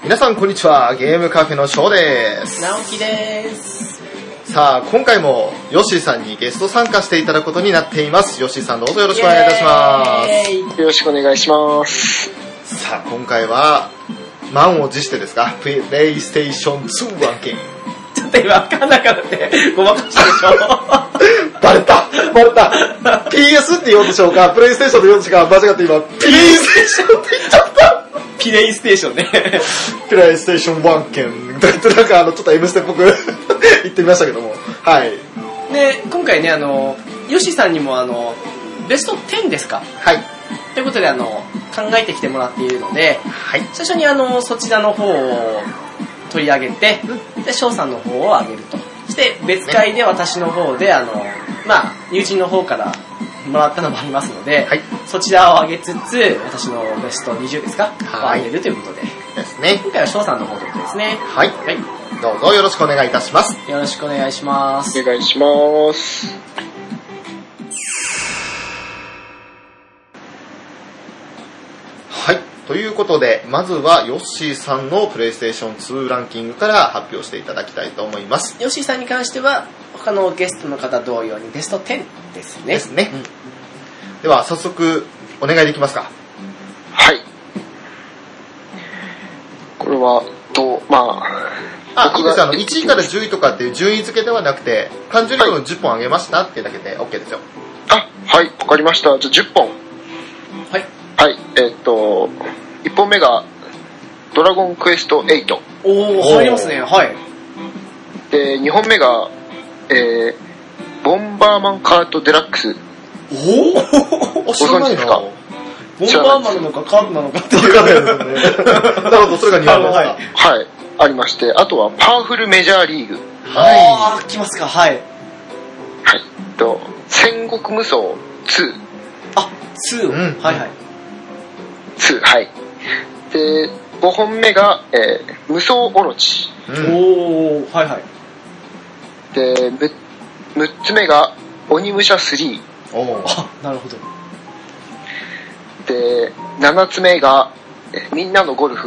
皆さんこんにちは。ゲームカフェのショウです。 直樹です。 さあ、今回もヨッシーさんにゲスト参加していただくことになっています。ヨッシーさんどうぞよろしくお願いいたします。 よろしくお願いします。 さあ、今回は満を持してですか、プレイステーション2案件。 ちょっと今分かんなかったってごまかしたでしょ。 バレた PS って言おうとしようか、プレイステーションと言おうとしようか、間違って今プレイステーションって言っちゃった。 プレイステーションね。 プレイステーション1件なんかちょっと M ステっぽく言ってみましたけども、はい。 で今回ねヨシさんにもベスト10ですか。 はい。 ということで考えてきてもらっているので、 はい。 最初にそちらの方を取り上げて、で翔さんの方を上げると。そして別会で私の方で友人の方からもらったのもありますので、 はい、 そちらを上げつつ私のベスト20ですか、 はい、 を上げるということでですね。 今回は翔さんの方ということですね。 はい、はい、どうぞよろしくお願いいたします。 よろしくお願いします。 お願いします。 はい、ということでまずはヨッシーさんのプレイステーション2ランキングから発表していただきたいと思います。 ヨッシーさんに関しては他のゲストの方同様にベスト10ですね。 ですね、では早速お願いできますか。 はい。これはいいです。1位から10位とかっていう順位付けではなくて、単純に10本あげましたっていうだけで OK ですよ。 はい、わかりました。じゃあ10本。 はい。 はい、1本目がドラゴンクエスト8。 おー、入りますね。はい。 で、2本目が、ボンバーマンカートデラックス。 おー、 ご存知ですか？ ボンバーマンなのかカートなのかっていうなるほど、それが2本目ですか。 はい、ありまして、あとはパワフルメジャーリーグ。 はい。来ますか。はい。 はい。戦国無双2。 2。はいはい。 2、はい。で、5本目が、無双オロチ。 おー、はいはい。 で、6つ目が鬼武者3。 なるほど。 で、7つ目がみんなのゴルフ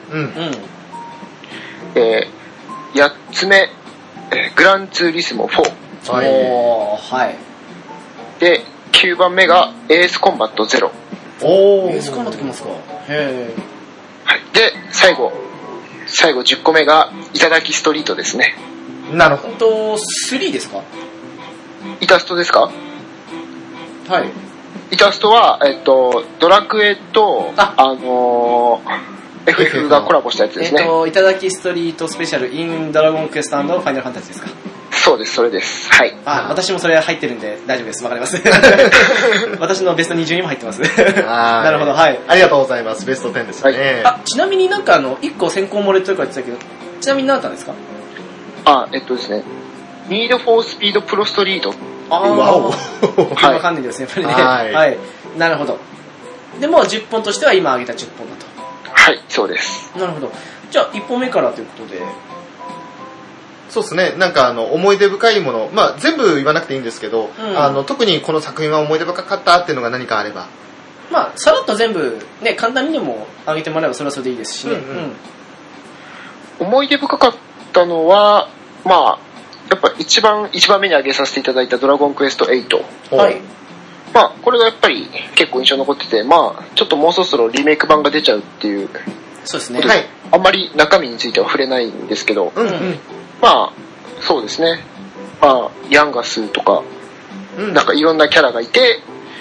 4。8つ目、グランツーリスモ4。 はい。 で、9番目がエースコンバット0。 エースコンバットきますか。へー。はい。で、最後10個目がいただきストリートですね。 なるほど。3ですか？ イタストですか？ はい。 イタストは、ドラクエと、FF がコラボしたやつですね。 いただきストリートスペシャル in ドラゴンクエスト&ファイナルファンタジーですか？ そうです、それです。はい。 私もそれ入ってるんで大丈夫です。わかります。私のベスト20にも入ってます。なるほど、はい。 ありがとうございます。ベスト10ですね。 ちなみに1個先行漏れというか言ってたけど、ちなみに何だったんですか？ ですね。ニードフォースピードプロストリート。 わかんないですね、やっぱりね。はい。なるほど。でも10本としては今挙げた10本だと。 はい、そうです。 なるほど。じゃあ1本目からということで。 そうですね。思い出深いもの、全部言わなくていいんですけど、特にこの作品は思い出深かったっていうのが何かあれば。 さらっと全部ね、簡単にでも挙げてもらえばそれはそれでいいですしね。 思い出深かったのは、やっぱ一番目に挙げさせていただいたドラゴンクエスト8。 はい。 これがやっぱり結構印象残ってて、ちょっともうそろそろリメイク版が出ちゃうっていう。 そうですね。 はい。あんまり中身については触れないんですけど、そうですね。ヤンガスとか、なんかいろんなキャラがいて、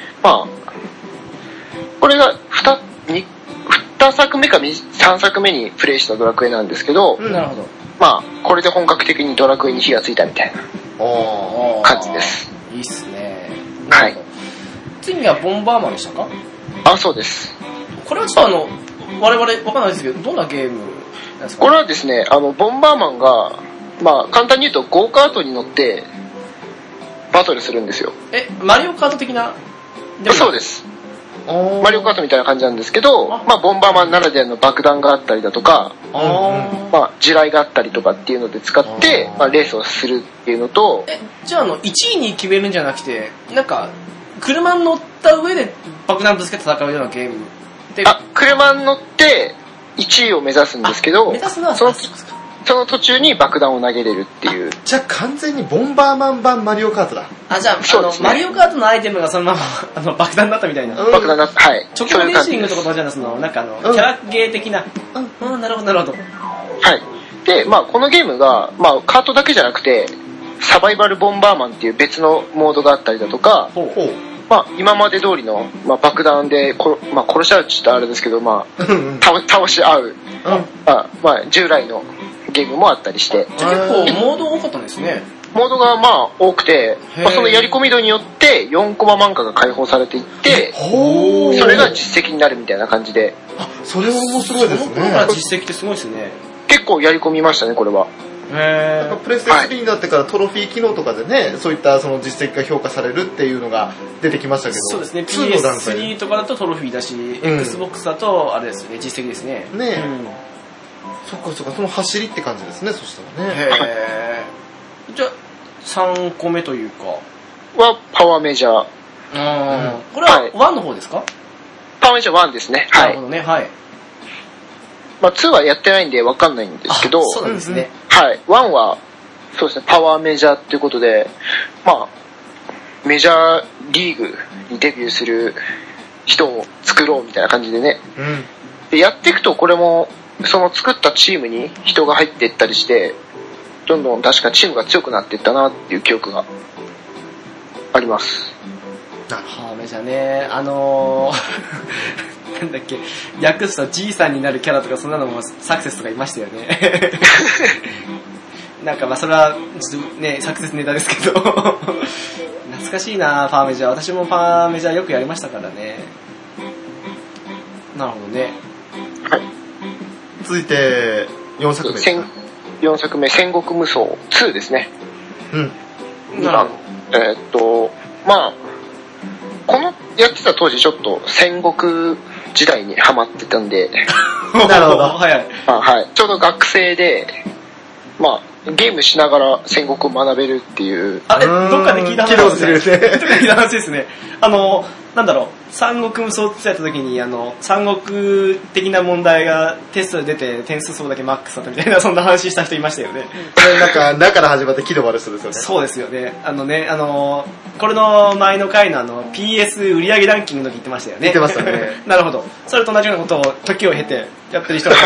これが2作目か3作目にプレイしたドラクエなんですけど、 なるほど。 これで本格的にドラクエに火がついたみたいな感じです。 いいっすね。 はい。 次はボンバーマンでしたか？ そうです。 これはちょっと我々わかんないですけど、どんなゲームなんですか？ これはですね、ボンバーマンが、簡単に言うとゴーカートに乗ってバトルするんですよ。 マリオカート的な？ そうです。マリオカートみたいな感じなんですけど、ボンバーマンならではの爆弾があったりだとか、地雷があったりとかっていうので使って、レースをするっていうのと。 じゃあ1位に決めるんじゃなくて、なんか車に乗った上で爆弾ぶつけて戦うようなゲームで。 車に乗って 1位を目指すんですけど、 目指すのはその途中に爆弾を投げれるっていう。 じゃあ完全にボンバーマン版マリオカートだ。 じゃあ、 そうですね、 マリオカートのアイテムがそのまま爆弾だったみたいな。 爆弾だった、はい。 チョコレーシングとかとじゃなくて、なんかキャラゲー的な。なるほど、なるほど。 はい。で、このゲームが、カートだけじゃなくて、サバイバルボンバーマンっていう別のモードがあったりだとか、今まで通りの、爆弾で殺し合うって言ったらあれですけど、倒し合う、従来のゲームもあったりして。 結構モード多かったんですね。 モードが多くて、そのやり込み度によって4コマ漫画が解放されていって、それが実績になるみたいな感じで。 それは面白いですね。 その頃から実績ってすごいですね。 結構やり込みましたね、これは。 プレステ3になってからトロフィー機能とかでね、そういったその実績が評価されるっていうのが出てきましたけど、 そうですね、PS3 とかだとトロフィーだし、Xbox だとあれですね、実績ですね。 そっかそっか、その走りって感じですね、そしたらね。 じゃあ3個目というかはパワーメジャー。 これは1の方ですか？ パワーメジャー1ですね。 なるほどね、はい。 2はやってないんで分かんないんですけど、 そうなんですね。 はい、1はそうですね、パワーメジャーっていうことで、メジャーリーグにデビューする人を作ろうみたいな感じでね、でやっていくと、これもその作ったチームに人が入っていったりして、どんどん確かチームが強くなっていったなっていう記憶があります。 パワーメジャーね、なんだっけ、訳すとじいさんになるキャラとかそんなのもサクセスとかいましたよね。なんかそれはちょっとね、サクセスネタですけど懐かしいな、パワーメジャー。私もパワーメジャーよくやりましたからね。なるほどね。 はい。 続いて4作目。 4作目、戦国無双2ですね。このやってた当時ちょっと戦国時代にハマってたんでなるほど。 はい。 ちょうど学生で、ゲームしながら戦国を学べるっていう。 どっかで聞いた話ですね。どっかで聞いた話ですね。なんだろう、三国無双ってやった時に、三国的な問題がテストで出て、点数層だけマックスだったみたいな、そんな話した人いましたよね。 だから始まって喜怒丸人ですよね。 そうですよね。これの前の回のPS 売上ランキングの時言ってましたよね。 言ってましたね。 なるほど。それと同じようなことを時を経てやってる人が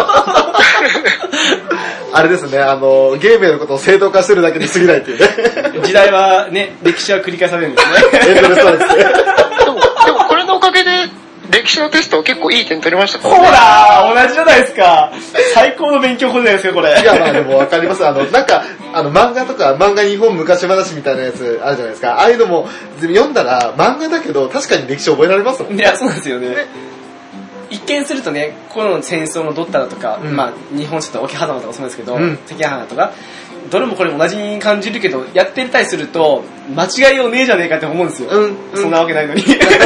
あれですね、ゲームのことを正当化してるだけに過ぎないっていうね。 時代はね、歴史は繰り返されるんですね。 エンドレスですね。 でもこれのおかげで歴史のテスト結構いい点取りましたからね。ほら同じじゃないですか。最高の勉強法じゃないですか、これ。 いや、でもわかります。漫画とか、漫画日本昔話みたいなやつあるじゃないですか。ああいうのも読んだら漫画だけど確かに歴史覚えられますもんね。 いや、そうなんですよね。一見するとね、この戦争のドッタラとか、日本史と桶狭間とかそうですけど、関ヶ原とか、どれもこれ同じに感じるけど、やってたりすると、間違いようねえじゃねえかって思うんですよ。そんなわけないのに。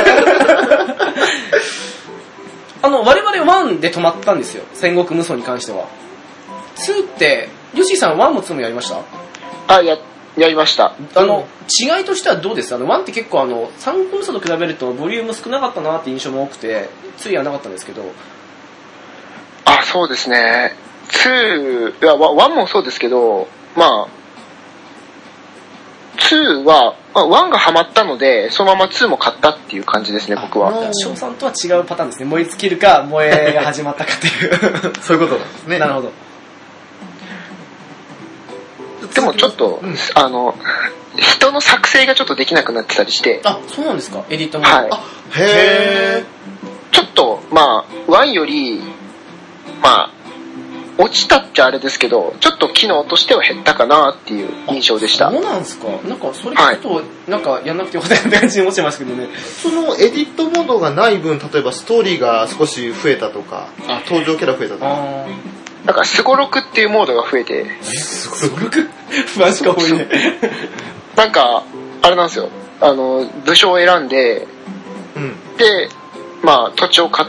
我々1で止まったんですよ。戦国無双に関しては。2って、ヨッシーさん1も2もやりました？ やりました。 違いとしてはどうです？1って結構三国無双と比べるとボリューム少なかったなって印象も多くて、2はなかったんですけど。 そうですね。2、1もそうですけど、2は、1がハマったので、そのまま2も買ったっていう感じですね、僕は。 翔さんとは違うパターンですね。燃え尽きるか、燃えが始まったかっていう。 そういうことなんですね。 なるほど。 でもちょっと、人の作成がちょっとできなくなってたりして。 そうなんですか、エディットモード。 へー。 ちょっと、1より、落ちたっちゃあれですけど、ちょっと機能としては減ったかなっていう印象でした。 そうなんですか。なんかそれちょっと、やんなくてよかったって感じに思ってましたけどね。 そのエディットモードがない分、例えばストーリーが少し増えたとか、登場キャラ増えたとか。 だからスゴロクっていうモードが増えて。 スゴロクマジか多いね。 なんか、あれなんですよ。武将を選んで、で、土地を買って、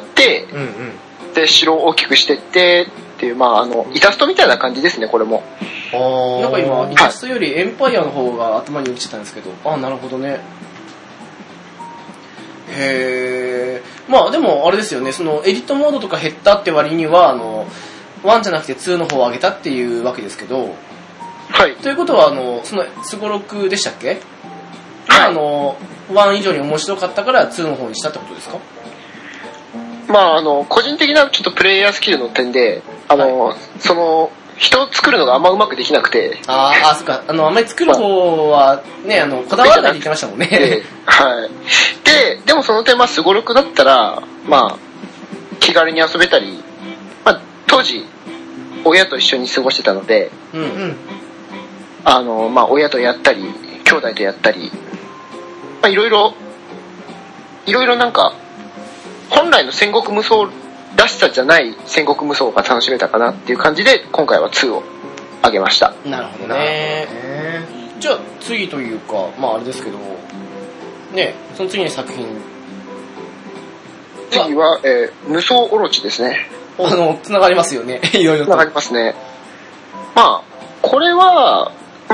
で、城を大きくしてってっていう、イラストみたいな感じですね、これも。 なんか今、イラストよりエンパイアの方が頭に落ちてたんですけど、なるほどね。 へー。まあでもあれですよね、そのエディットモードとか減ったって割には1じゃなくて2の方を上げたっていうわけですけど、 はい。 ということはそのスゴロクでしたっけ？ はい。 1以上に面白かったから2の方にしたってことですか？ まあ個人的なちょっとプレイヤースキルの点でその人を作るのがあんまうまくできなくて。 そっか。あんまり作る方はね、こだわらないって言ってましたもんね。 はい。でもその点、スゴロクだったら、気軽に遊べたり、当時、親と一緒に過ごしてたので、 うん。 親とやったり、兄弟とやったり、いろいろなんか、本来の戦国無双らしさじゃない戦国無双が楽しめたかなっていう感じで今回は2を上げました。 なるほどね。じゃあ次というかあれですけどね、その次の作品次は、無双オロチですね。 つながりますよね。いろいろとつながりますね。これは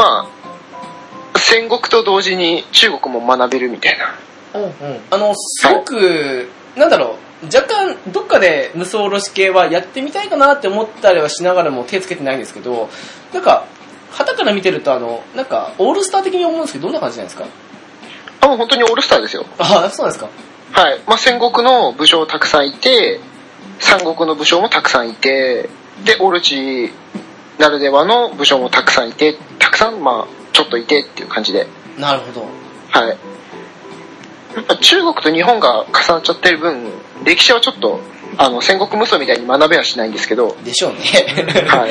戦国と同時に中国も学べるみたいな。 すごく、なんだろう、若干どっかで無双おろし系はやってみたいかなって思ったりはしながらも手つけてないんですけど、なんか旗から見てるとなんかオールスター的に思うんですけど、どんな感じなんですか？ もう本当にオールスターですよ。 そうなんですか。 はい。戦国の武将たくさんいて、三国の武将もたくさんいて、でオロチならではの武将もたくさんいて、たくさんちょっといてっていう感じで。 なるほど。 はい。やっぱ中国と日本が重なっちゃってる分、歴史はちょっと戦国無双みたいに学べはしないんですけど。 でしょうね。 はい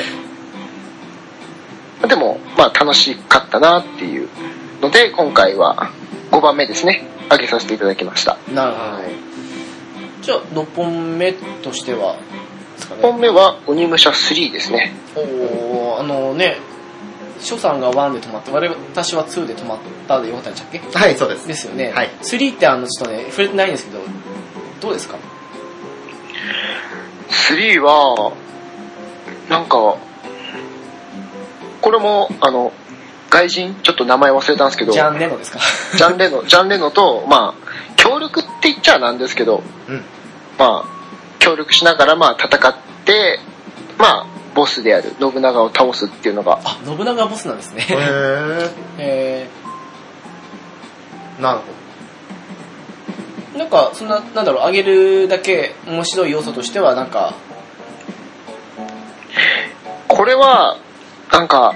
。でも楽しかったなっていうので、今回は5番目ですね、上げさせていただきました。 なるほど。じゃあ6本目としてはですかね。 6本目は鬼武者3ですね。 翔さんが1で止まって、私は2で止まったでよかったんでしたっけ？ はい、そうです。 ですよね。 はい。 3ってちょっとね、触れてないんですけど、どうですか ？3は、なんか、これも、外人、ちょっと名前忘れたんですけど、 ジャン・レノですか？ ジャン・レノと、協力って言っちゃなんですけど、協力しながら、戦って、ボスである信長を倒すっていうのが。 信長ボスなんですね。 なるほど。なんかそんな、なんだろう、上げるだけ面白い要素としてはなんか、 これはなんか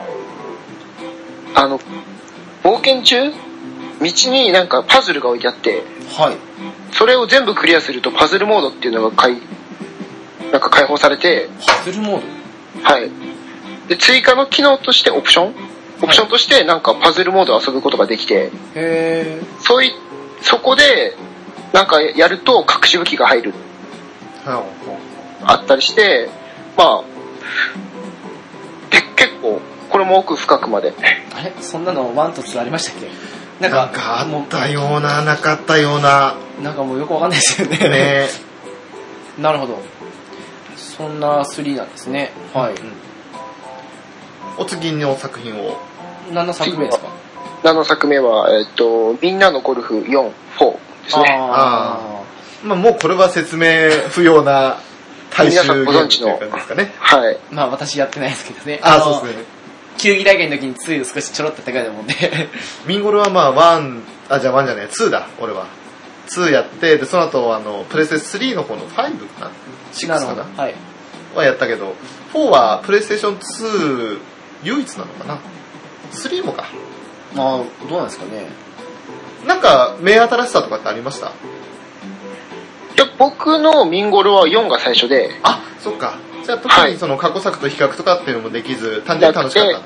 冒険中道になんかパズルが置いてあって、 はい、 それを全部クリアするとパズルモードっていうのがなんか解放されて、 パズルモード、 はい。で追加の機能としてオプションとしてなんかパズルモードを遊ぶことができて、そこでなんかやると隠し武器が入る、あったりして、結構これも奥深くまで。 あれ、そんなの1と2ありましたっけ？ なんかあったようななかったような、 なんかもうよくわかんないですよね。なるほど。そんな3なんですね。はい。 お次の作品を。 何の作目ですか ？7作目はみんなのゴルフ4、4ですね。 もうこれは説明不要な大衆ゲームという感じですかね。 はい。 私やってないですけどね。 そうですね。 球技大会の時に2少しちょろっとやったぐらいだもんね。 ミンゴルは1じゃねえ、2だ、俺は。2やって、で、その後、プレステ3の方の5かな ?6 かな、 はい。 はやったけど、4はプレイステーション2唯一なのかな ?3 もか。 どうなんですかね。 なんか、目新しさとかってありました？ いや、僕のミンゴルは4が最初で。 そっか。じゃあ特にその過去作と比較とかっていうのもできず、単純に楽しかった。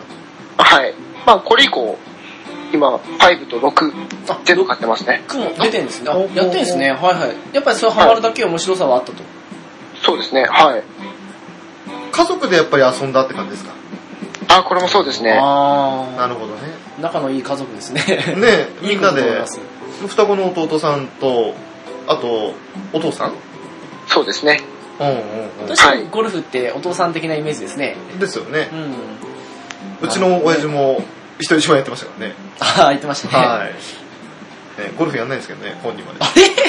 はい。これ以降、今、5と6、全部買ってますね。 6も出てるんですね。やってるんですね。はいはい。やっぱりそれハマるだけ面白さはあったと。 そうですね、はい。 家族でやっぱり遊んだって感じですか？ これもそうですね。 なるほどね。 仲のいい家族ですね。 ね、みんなで、双子の弟さんと、あと、お父さん？ そうですね。 どうしてもゴルフってお父さん的なイメージですね。 ですよね。うちの親父も一人一番やってましたからね。 言ってましたね。 はい。 ゴルフやんないんですけどね、本人はね。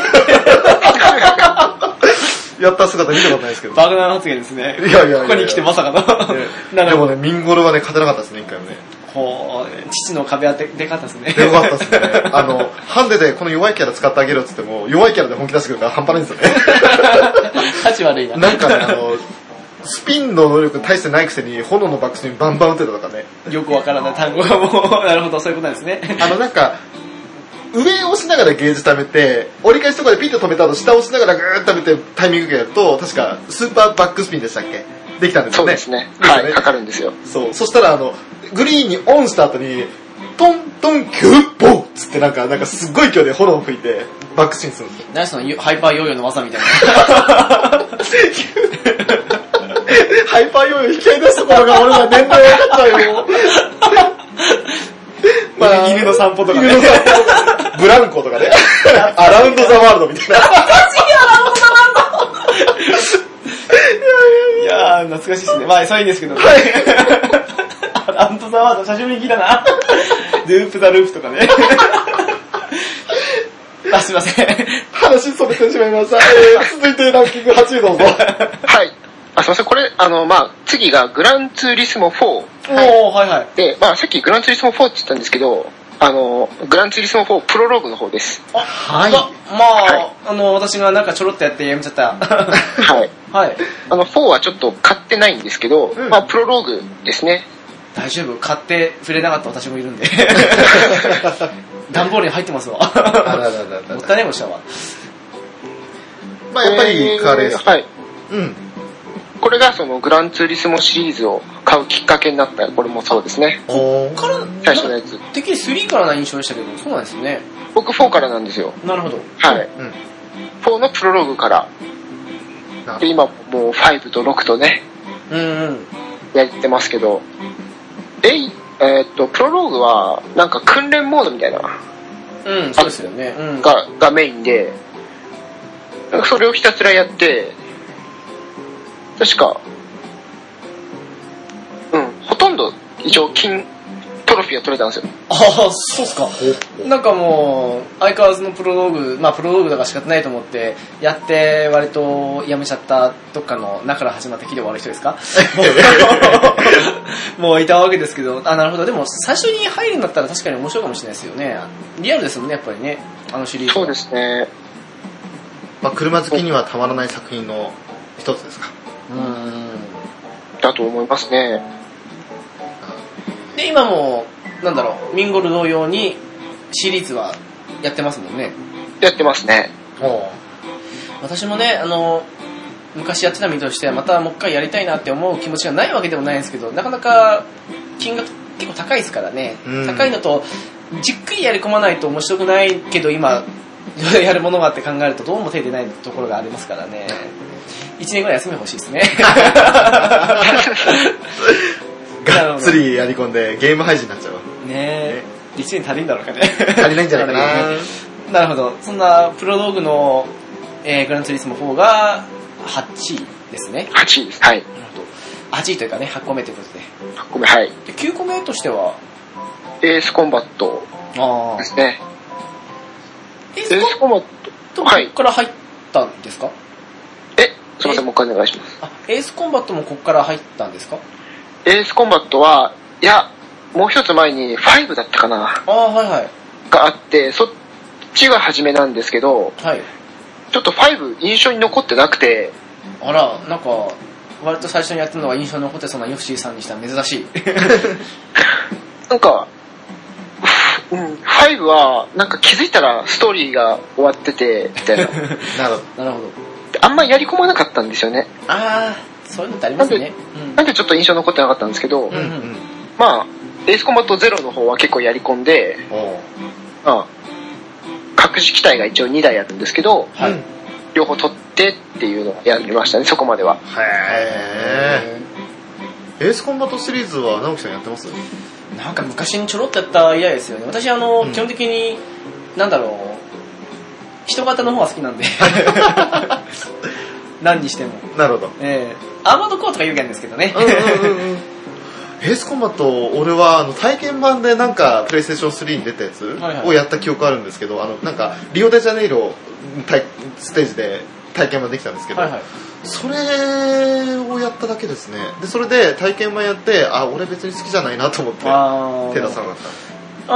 やった姿見たことないですけど。 爆弾発言ですね。 いやいやいや、 ここに来てまさかの。 でもね、ミンゴルはね、勝てなかったですね、一回もね。 ほう、父の壁当てでかったですね。 でかかったですね。ハンデでこの弱いキャラ使ってあげろって言っても、弱いキャラで本気出してくるから半端ないんですよね。 立ち悪いな。 なんかね、スピンの能力大してないくせに、炎のバックスにバンバン打ってたとかね。 よくわからない単語がもう、なるほど、そういうことなんですね。 なんか、上を押しながらゲージ貯めて、折り返しとかでピッと止めた後、下を押しながらグーッと貯めてタイミングやると、確かスーパーバックスピンでしたっけできたんですよね。 そうですね。はい、かかるんですよ。 そう。そしたらグリーンにオンした後に、トントンキュッポッつってなんかすっごい勢いで炎を吹いて、バックスピンするんですよ。 何そのハイパーヨーヨーの技みたいな。 ハイパーヨーヨー引き合い出すところが俺は年代分かっちゃうよ。 まあ、犬の散歩とかね。 ブランコとかね。アラウンドザワールドみたいな。 懐かしいアラウンドザワールド。いやー、懐かしいですね。まあ、そういいんですけどね。アラウンドザワールド、久しぶりに聞いたな。ループザループとかね。あ、すいません。 話それてしまいました。続いてランキング8位どうぞ。 はい。すいません、これ、次がグランツーリスモ4。 はいはい。 で、さっきグランツーリスモ4って言ったんですけど、グランツーリスモ4プロローグの方です。 はい。 私がなんかちょろっとやってやめちゃった。 はい。 はい。 4はちょっと買ってないんですけど、プロローグですね。 大丈夫、買って触れなかった私もいるんで。段ボールに入ってますわ。もったいないもしたわ。 まあやっぱりカーレース。 はい。 うん。 これがそのグランツーリスモシリーズを買うきっかけになった、これもそうですね。 こっから最初のやつ。 てっきり3からな印象でしたけど、そうなんですね。 僕4からなんですよ。 なるほど。 はい。4のプロローグから。で、今もう5と6とね、やってますけど、プロローグはなんか訓練モードみたいな。 そうですよね。 がメインで、それをひたすらやって、確か、ほとんど一応トロフィーが取れたんですよ。 ああ、そうっすか。なんかもう、相変わらずのプロローグ、プロローグだから仕方ないと思って、やって割とやめちゃったどっかの中から始まった気で終わる人ですかもういたわけですけど、なるほど。でも最初に入るんだったら確かに面白いかもしれないですよね。リアルですもんね、やっぱりね、シリーズ。 そうですね。 車好きにはたまらない作品の一つですか。 だと思いますね。 で、今も、ミンゴル同様にシリーズはやってますもんね。 やってますね。 私もね、昔やってた身としてはまたもう一回やりたいなって思う気持ちがないわけでもないんですけど、なかなか金額結構高いですからね。高いのと、じっくりやり込まないと面白くないけど、今、やるものがあって考えるとどうも手出ないところがありますからね。1年ぐらい休み欲しいですね。 がっつりやり込んでゲーム配信になっちゃうわ。 ね1年足りんだろうかね。 足りないんじゃないかな。 なるほど。そんなプロローグの、グランツーリスモ4が8位ですね。 8位です。はい。 なるほど。8位というかね、8個目ということで。 8個目、はい。 で9個目としてはエースコンバットですね。 エースコンバットここから入ったんですか？ すみません、もう一回お願いします。 エースコンバットもここから入ったんですか？ エースコンバットは、いや、もう一つ前に5だったかな。 はいはい。 があって、そっちが初めなんですけど、 はい。 ちょっと5印象に残ってなくて。 あら、なんか、割と最初にやってるのが印象に残ってそうなヨッシーさんにしたら珍しい。 なんか、5は、なんか気づいたらストーリーが終わってて、みたいな。 なるほど。 あんまりやり込まなかったんですよね。 そういうのってありますね。 なんでちょっと印象残ってなかったんですけど、エースコンバット0の方は結構やり込んで、隠し機体が一応2台あるんですけど、両方取ってっていうのをやりましたね、そこまでは。 エースコンバットシリーズは直樹さんやってます？ なんか昔にちょろっとやった以来ですよね。私基本的に人型の方が好きなんで何にしても。 なるほど。 アーマードコアとか言うけんですけどね。 エースコンバット、俺は体験版でなんかプレイステーション3に出たやつをやった記憶あるんですけど、なんかリオデジャネイロステージで体験版できたんですけど、それをやっただけですね。でそれで体験版やって、俺別に好きじゃないなと思って手出さなかった。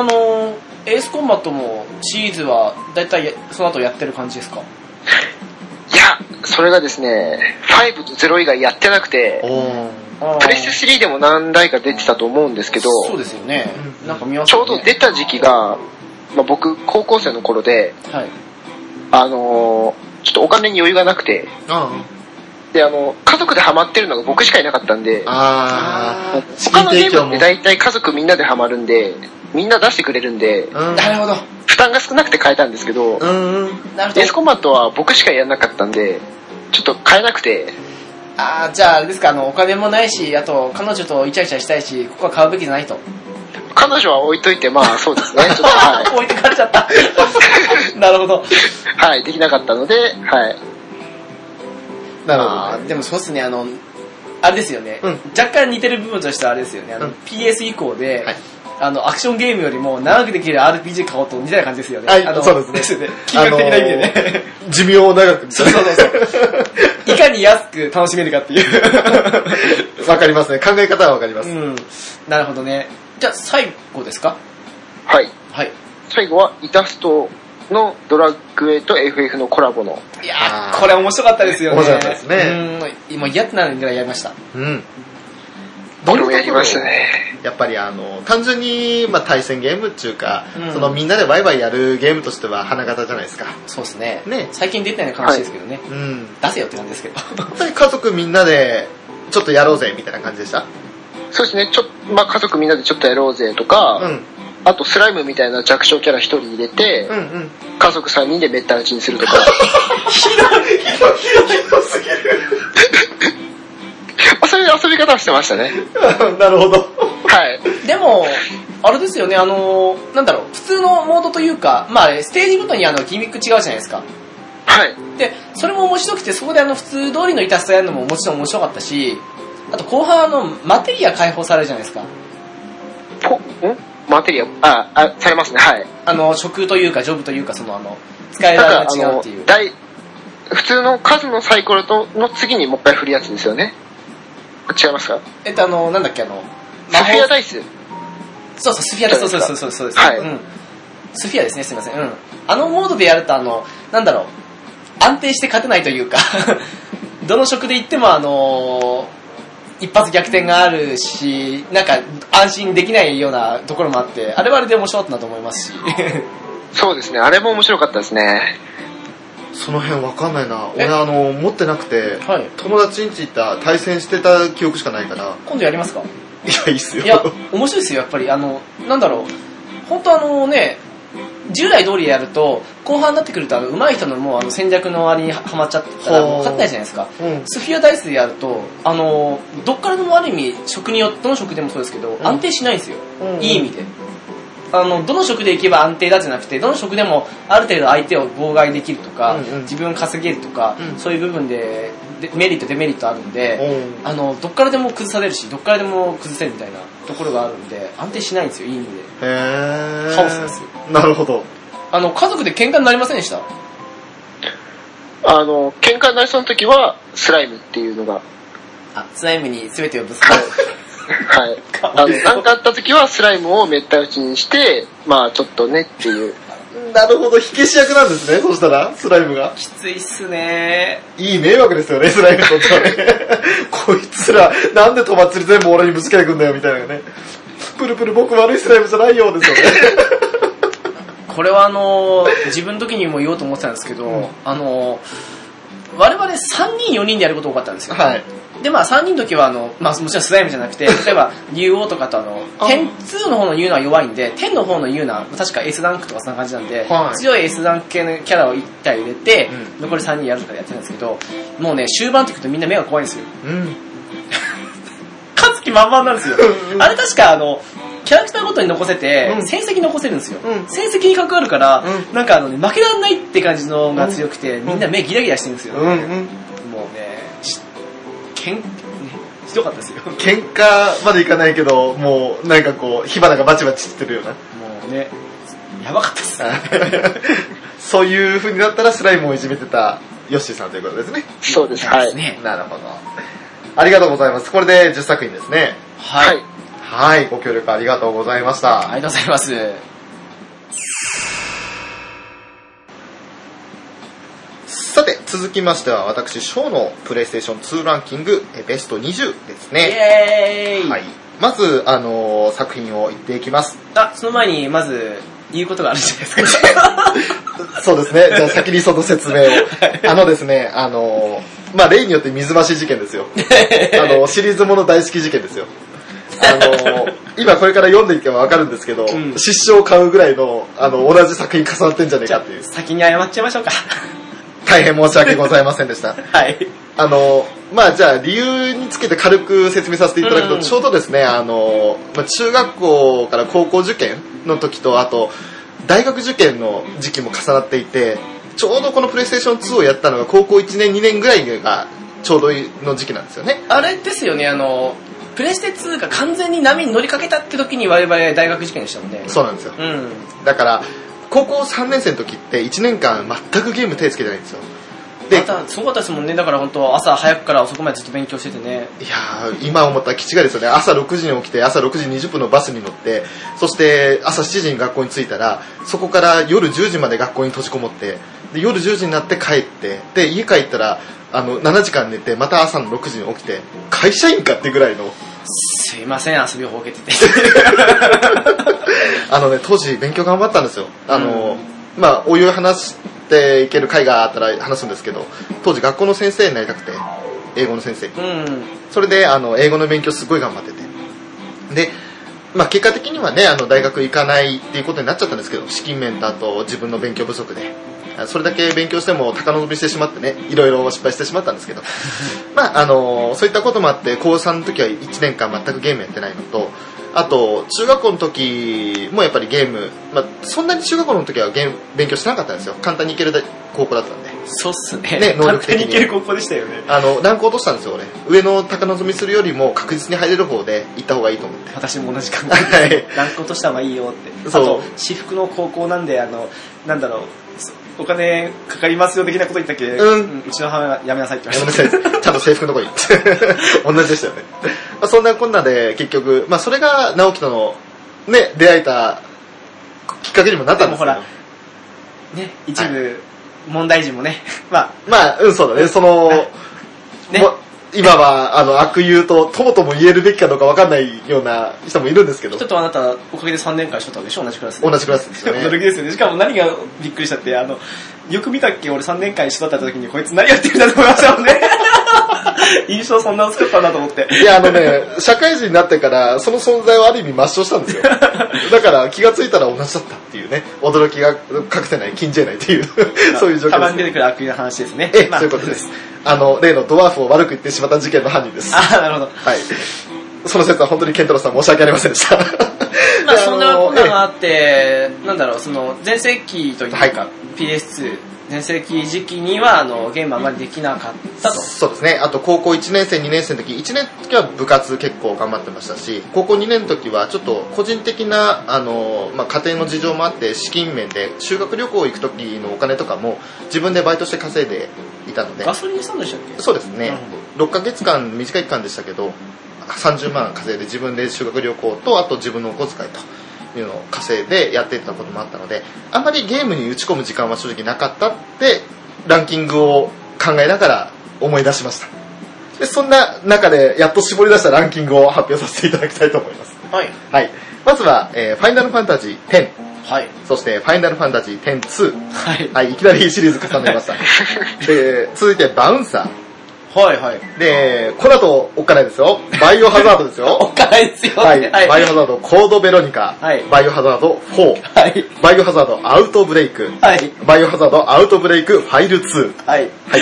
エースコンバットもシリーズはだいたいその後やってる感じですか？ いや、それがですね、5と0以外やってなくて、プレステ3でも何台か出てたと思うんですけど、 そうですよね。なんか見ましたね。ちょうど出た時期が、僕高校生の頃で、ちょっとお金に余裕がなくて、で家族でハマってるのが僕しかいなかったんで、他のゲームって大体家族みんなでハマるんで、みんな出してくれるんで、 なるほど。 負担が少なくて買えたんですけど、エースコンバットは僕しかやらなかったんで、ちょっと買えなくて。 じゃああれですか、お金もないし、あと彼女とイチャイチャしたいし、ここは買うべきじゃないと。 彼女は置いといて、そうですね。ちょっと置いてかれちゃった。なるほど。 はい、できなかったので、はい。 なるほど。でもそうですね、あれですよね、若干似てる部分としてはあれですよね、PS 以降で、アクションゲームよりも長くできる RPG 買おうと似たような感じですよね。 そうですね。 金額的な意味でね。 寿命を長く。 そう。いかに安く楽しめるかっていう。 わかりますね。考え方はわかります。 なるほどね。じゃあ最後ですか？ はい。最後はイタストのドラッグウェイと FF のコラボの。 いやー、これ面白かったですよね。 面白かったですね。 今嫌ってなるぐらいやりました。 どれもやりましたね。 やっぱり単純に対戦ゲームっていうか、みんなでワイワイやるゲームとしては花形じゃないですか。 そうですね。最近出てないの悲しいですけどね。出せよって感じですけど。 やっぱり家族みんなでちょっとやろうぜみたいな感じでした？ そうですね。家族みんなでちょっとやろうぜとか、あとスライムみたいな弱小キャラ1人入れて、家族3人でめった打ちにするとか。 ひどすぎる。 そういう遊び方をしてましたね。 なるほど。 はい。 でも、あれですよね、なんだろう、普通のモードというか、ステージごとにギミック違うじゃないですか。 はい。 で、それも面白くて、そこで普通通りのイタストやるのももちろん面白かったし、あと後半マテリア解放されるじゃないですか。 マテリア、されますね、はい。 職というか、ジョブというか、使えるあれが違うっていう。 普通の数のサイコロの次にもう一回振るやつですよね。違いますか？ なんだっけ、 スフィアダイス。 そう、スフィアです。そうです。 はい。 スフィアですね、すいません。モードでやると、なんだろう、安定して勝てないというか、どの職で行っても一発逆転があるし、なんか安心できないようなところもあって、あれはあれで面白かったなと思いますし。 そうですね、あれも面白かったですね。 その辺わかんないな。俺持ってなくて、友達ん家行った対戦してた記憶しかないから。 今度やりますか？ いや、いいっすよ。 いや、面白いですよ、やっぱり。なんだろう、本当従来通りやると、後半になってくると、上手い人のもう戦略のあれにはまっちゃったら、もう勝てないじゃないですか。スフィアダイスでやると、どっからでもある意味、職によって、どの職でもそうですけど、安定しないんですよ。いい意味で。どの職で行けば安定だじゃなくて、どの職でもある程度相手を妨害できるとか、自分稼げるとか、そういう部分でメリットデメリットあるんで、どっからでも崩されるし、どっからでも崩せるみたいなところがあるんで、安定しないんですよ、いい意味で。カオスですよ。 なるほど。 家族で喧嘩になりませんでした？ 喧嘩になりそうな時はスライムっていうのが、 スライムに全てをぶつかる。 はい。何かあった時はスライムをめった打ちにして、ちょっとねっていう。 なるほど、火消し役なんですね、そしたら、スライムが。 きついっすね。 いい迷惑ですよね、スライムとってはね。こいつら、なんでとばっちり全部俺にぶつけてくんだよ、みたいなね。プルプル僕悪いスライムじゃないようですよね。 これは自分の時にも言おうと思ってたんですけど、我々3人4人でやること多かったんですよ。 はい。 で3人の時はもちろんスライムじゃなくて、例えば竜王とかと10-2の方のユーナは弱いんで、10の方のユーナ確か S ランクとかそんな感じなんで、強い S ランク系のキャラを1体入れて、残り3人やるとかやってるんですけど、もうね終盤ってくるとみんな目が怖いんですよ。勝つ気満々なんですよ。あれ確かキャラクターごとに残せて、戦績残せるんですよ。戦績に関わるから、なんか負けらんないって感じのが強くて、みんな目ギラギラしてるんですよ。もうね、 ひどかったですよ。 喧嘩までいかないけど、もうなんかこう火花がバチバチしてるような。 もうね、やばかったっす。 そういう風になったらスライムをいじめてたヨッシーさんということですね。 そうです。はい。 なるほど。ありがとうございます。これで10作品ですね。 はい。 はい、ご協力ありがとうございました。 ありがとうございます。 さて、続きましては私、ショーのプレイステーション2ランキングベスト20ですね。 イエーイ。 はい。まず、作品を言っていきます。 その前に、まず、言うことがあるじゃないですか。 そうですね。じゃあ先にその説明を。ですね、まあ、例によって水増し事件ですよ。シリーズもの大好き事件ですよ。今これから読んでいけばわかるんですけど、失笑を買うぐらいの、同じ作品重なってんじゃねえかっていう。 先に謝っちゃいましょうか。 大変申し訳ございませんでした。 はい。 まあじゃあ理由につけて軽く説明させていただくと、ちょうどですね、まあ、中学校から高校受験の時と、あと、大学受験の時期も重なっていて、ちょうどこのプレイステーション2をやったのが高校1年2年ぐらいがちょうどの時期なんですよね。 あれですよね、プレステ2が完全に波に乗りかけたって時に我々大学受験でしたもんね。 そうなんですよ。だから、高校3年生の時って1年間全くゲーム手つけてないんですよ。 で、またすごかったですもんね。だから本当朝早くから遅くまでずっと勉強しててね。 いやー、今思ったら気違いですよね。朝6時に起きて、朝6時20分のバスに乗って、そして朝7時に学校に着いたら、そこから夜10時まで学校に閉じこもって、で夜10時になって帰って、で家帰ったら7時間寝て、また朝の6時に起きて、会社員かってぐらいの。 すいません、遊びをほうけてて。 当時勉強頑張ったんですよ。まあおいおい話していける会があったら話すんですけど、当時学校の先生になりたくて、英語の先生。それで英語の勉強すごい頑張ってて。で、まあ結果的にはね、大学行かないっていうことになっちゃったんですけど、資金面とあと自分の勉強不足で。それだけ勉強しても高望みしてしまってね、いろいろ失敗してしまったんですけど、まあそういったこともあって高3の時は1年間全くゲームやってないのと、あと中学校の時もやっぱりゲーム、まあそんなに中学校の時は勉強してなかったんですよ。簡単にいける高校だったんで。 そうっすね。 能力的に簡単にいける高校でしたよね。 ランク落としたんですよ俺。上の高望みするよりも確実に入れる方で行った方がいいと思って。 私も同じ考えで、ランク落とした方がいいよって。あと私服の高校なんでなんだろう。お金かかりますよ的なこと言ったっけ、うちの母親やめなさいって言われて。 ちゃんと制服のとこに同じでしたよね。まあ、そんなこんなで結局、まあ、それが直樹とのね出会えたきっかけにもなったんですけど、 でもほらね、一部問題児もね、まあそうだね、ね、今は悪友とともとも言えるべきかどうか分かんないような人もいるんですけど、 ちょっとあなたおかげで3年間一緒だったでしょ、同じクラスで。 同じクラスですよね。 驚きですよね。しかも何がびっくりしたって、よく見たっけ、俺3年間一緒だった時にこいつ何やってるんだと思いましたもんね。印象そんな薄かったんだと思って。 いや社会人になってからその存在をある意味抹消したんですよ。だから気がついたら同じだったっていうね、驚きが隠せない、禁じえないっていうそういう状況です、ね。 たまに出てくる悪意の話ですね。 そういうことです。例のドワーフを悪く言ってしまった事件の犯人です。 なるほど。 はい。その説は本当にケンタロウさん申し訳ありませんでした。 まあそんなこんながあって、なんだろう、全盛期というか、PS2 全盛期時期にはゲームあまりできなかったと。 そうですね。あと高校1年生2年生の時、1年の時は部活結構頑張ってましたし、高校2年の時はちょっと個人的なまあ、家庭の事情もあって資金面で修学旅行行く時のお金とかも自分でバイトして稼いでいたので。 ガソリンスタンドでしたっけ？ そうですね。6ヶ月間短い期間でしたけど30万稼いで自分で修学旅行とあと自分のお小遣いというのを稼いでやっていたこともあったので、あんまりゲームに打ち込む時間は正直なかったってランキングを考えながら思い出しました。でそんな中でやっと絞り出したランキングを発表させていただきたいと思います。 はい、 はい、まずは、ファイナルファンタジー10、 はい、 そしてファイナルファンタジー10-2、 はいはい、いきなりシリーズ重ねましたで続いてバウンサー、 はいはい。 で、この後、おっかないですよ。バイオハザードですよ。 おっかないですよ。 はい。バイオハザード、コードベロニカ。 はい。 バイオハザード4。 はい。 バイオハザード、アウトブレイク。 はい。 バイオハザード、アウトブレイク、ファイル2。 はい。 はい。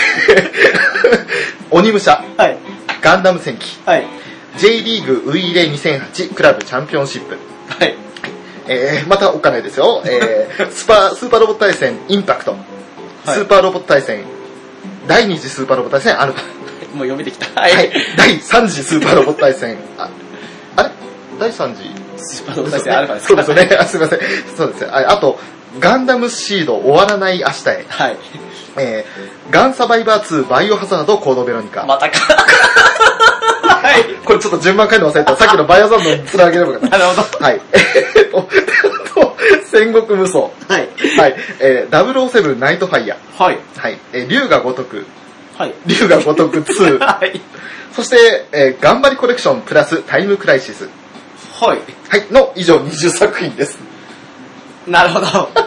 鬼武者。 はい。 ガンダム戦記。 はい。 J リーグウィーレイ2008クラブチャンピオンシップ。 はい。 またおっかないですよ。スーパーロボット対戦、インパクト。 はい。 スーパーロボット対戦、第2次スーパーロボット対戦、アルファ。 もう読めてきた。 はい。第3次スーパーロボット対戦。あれ第3次スーパーロボット対戦アルファですか？そうですよね。すいません。そうですね。あと、ガンダムシード終わらない明日へ。 はい。 ガンサバイバー2バイオハザードコードベロニカ。 またか。 はい。これちょっと順番書いて忘れた。さっきのバイオハザードにつなげればよかった。 なるほど。 はい。戦国無双。 はい。 はい。007ナイトファイヤー。はい。 はい。竜が如く。 はい。 竜が如く2。 はい。 そして、頑張りコレクションプラスタイムクライシス。 はい。 はい。の以上20作品です。 なるほど。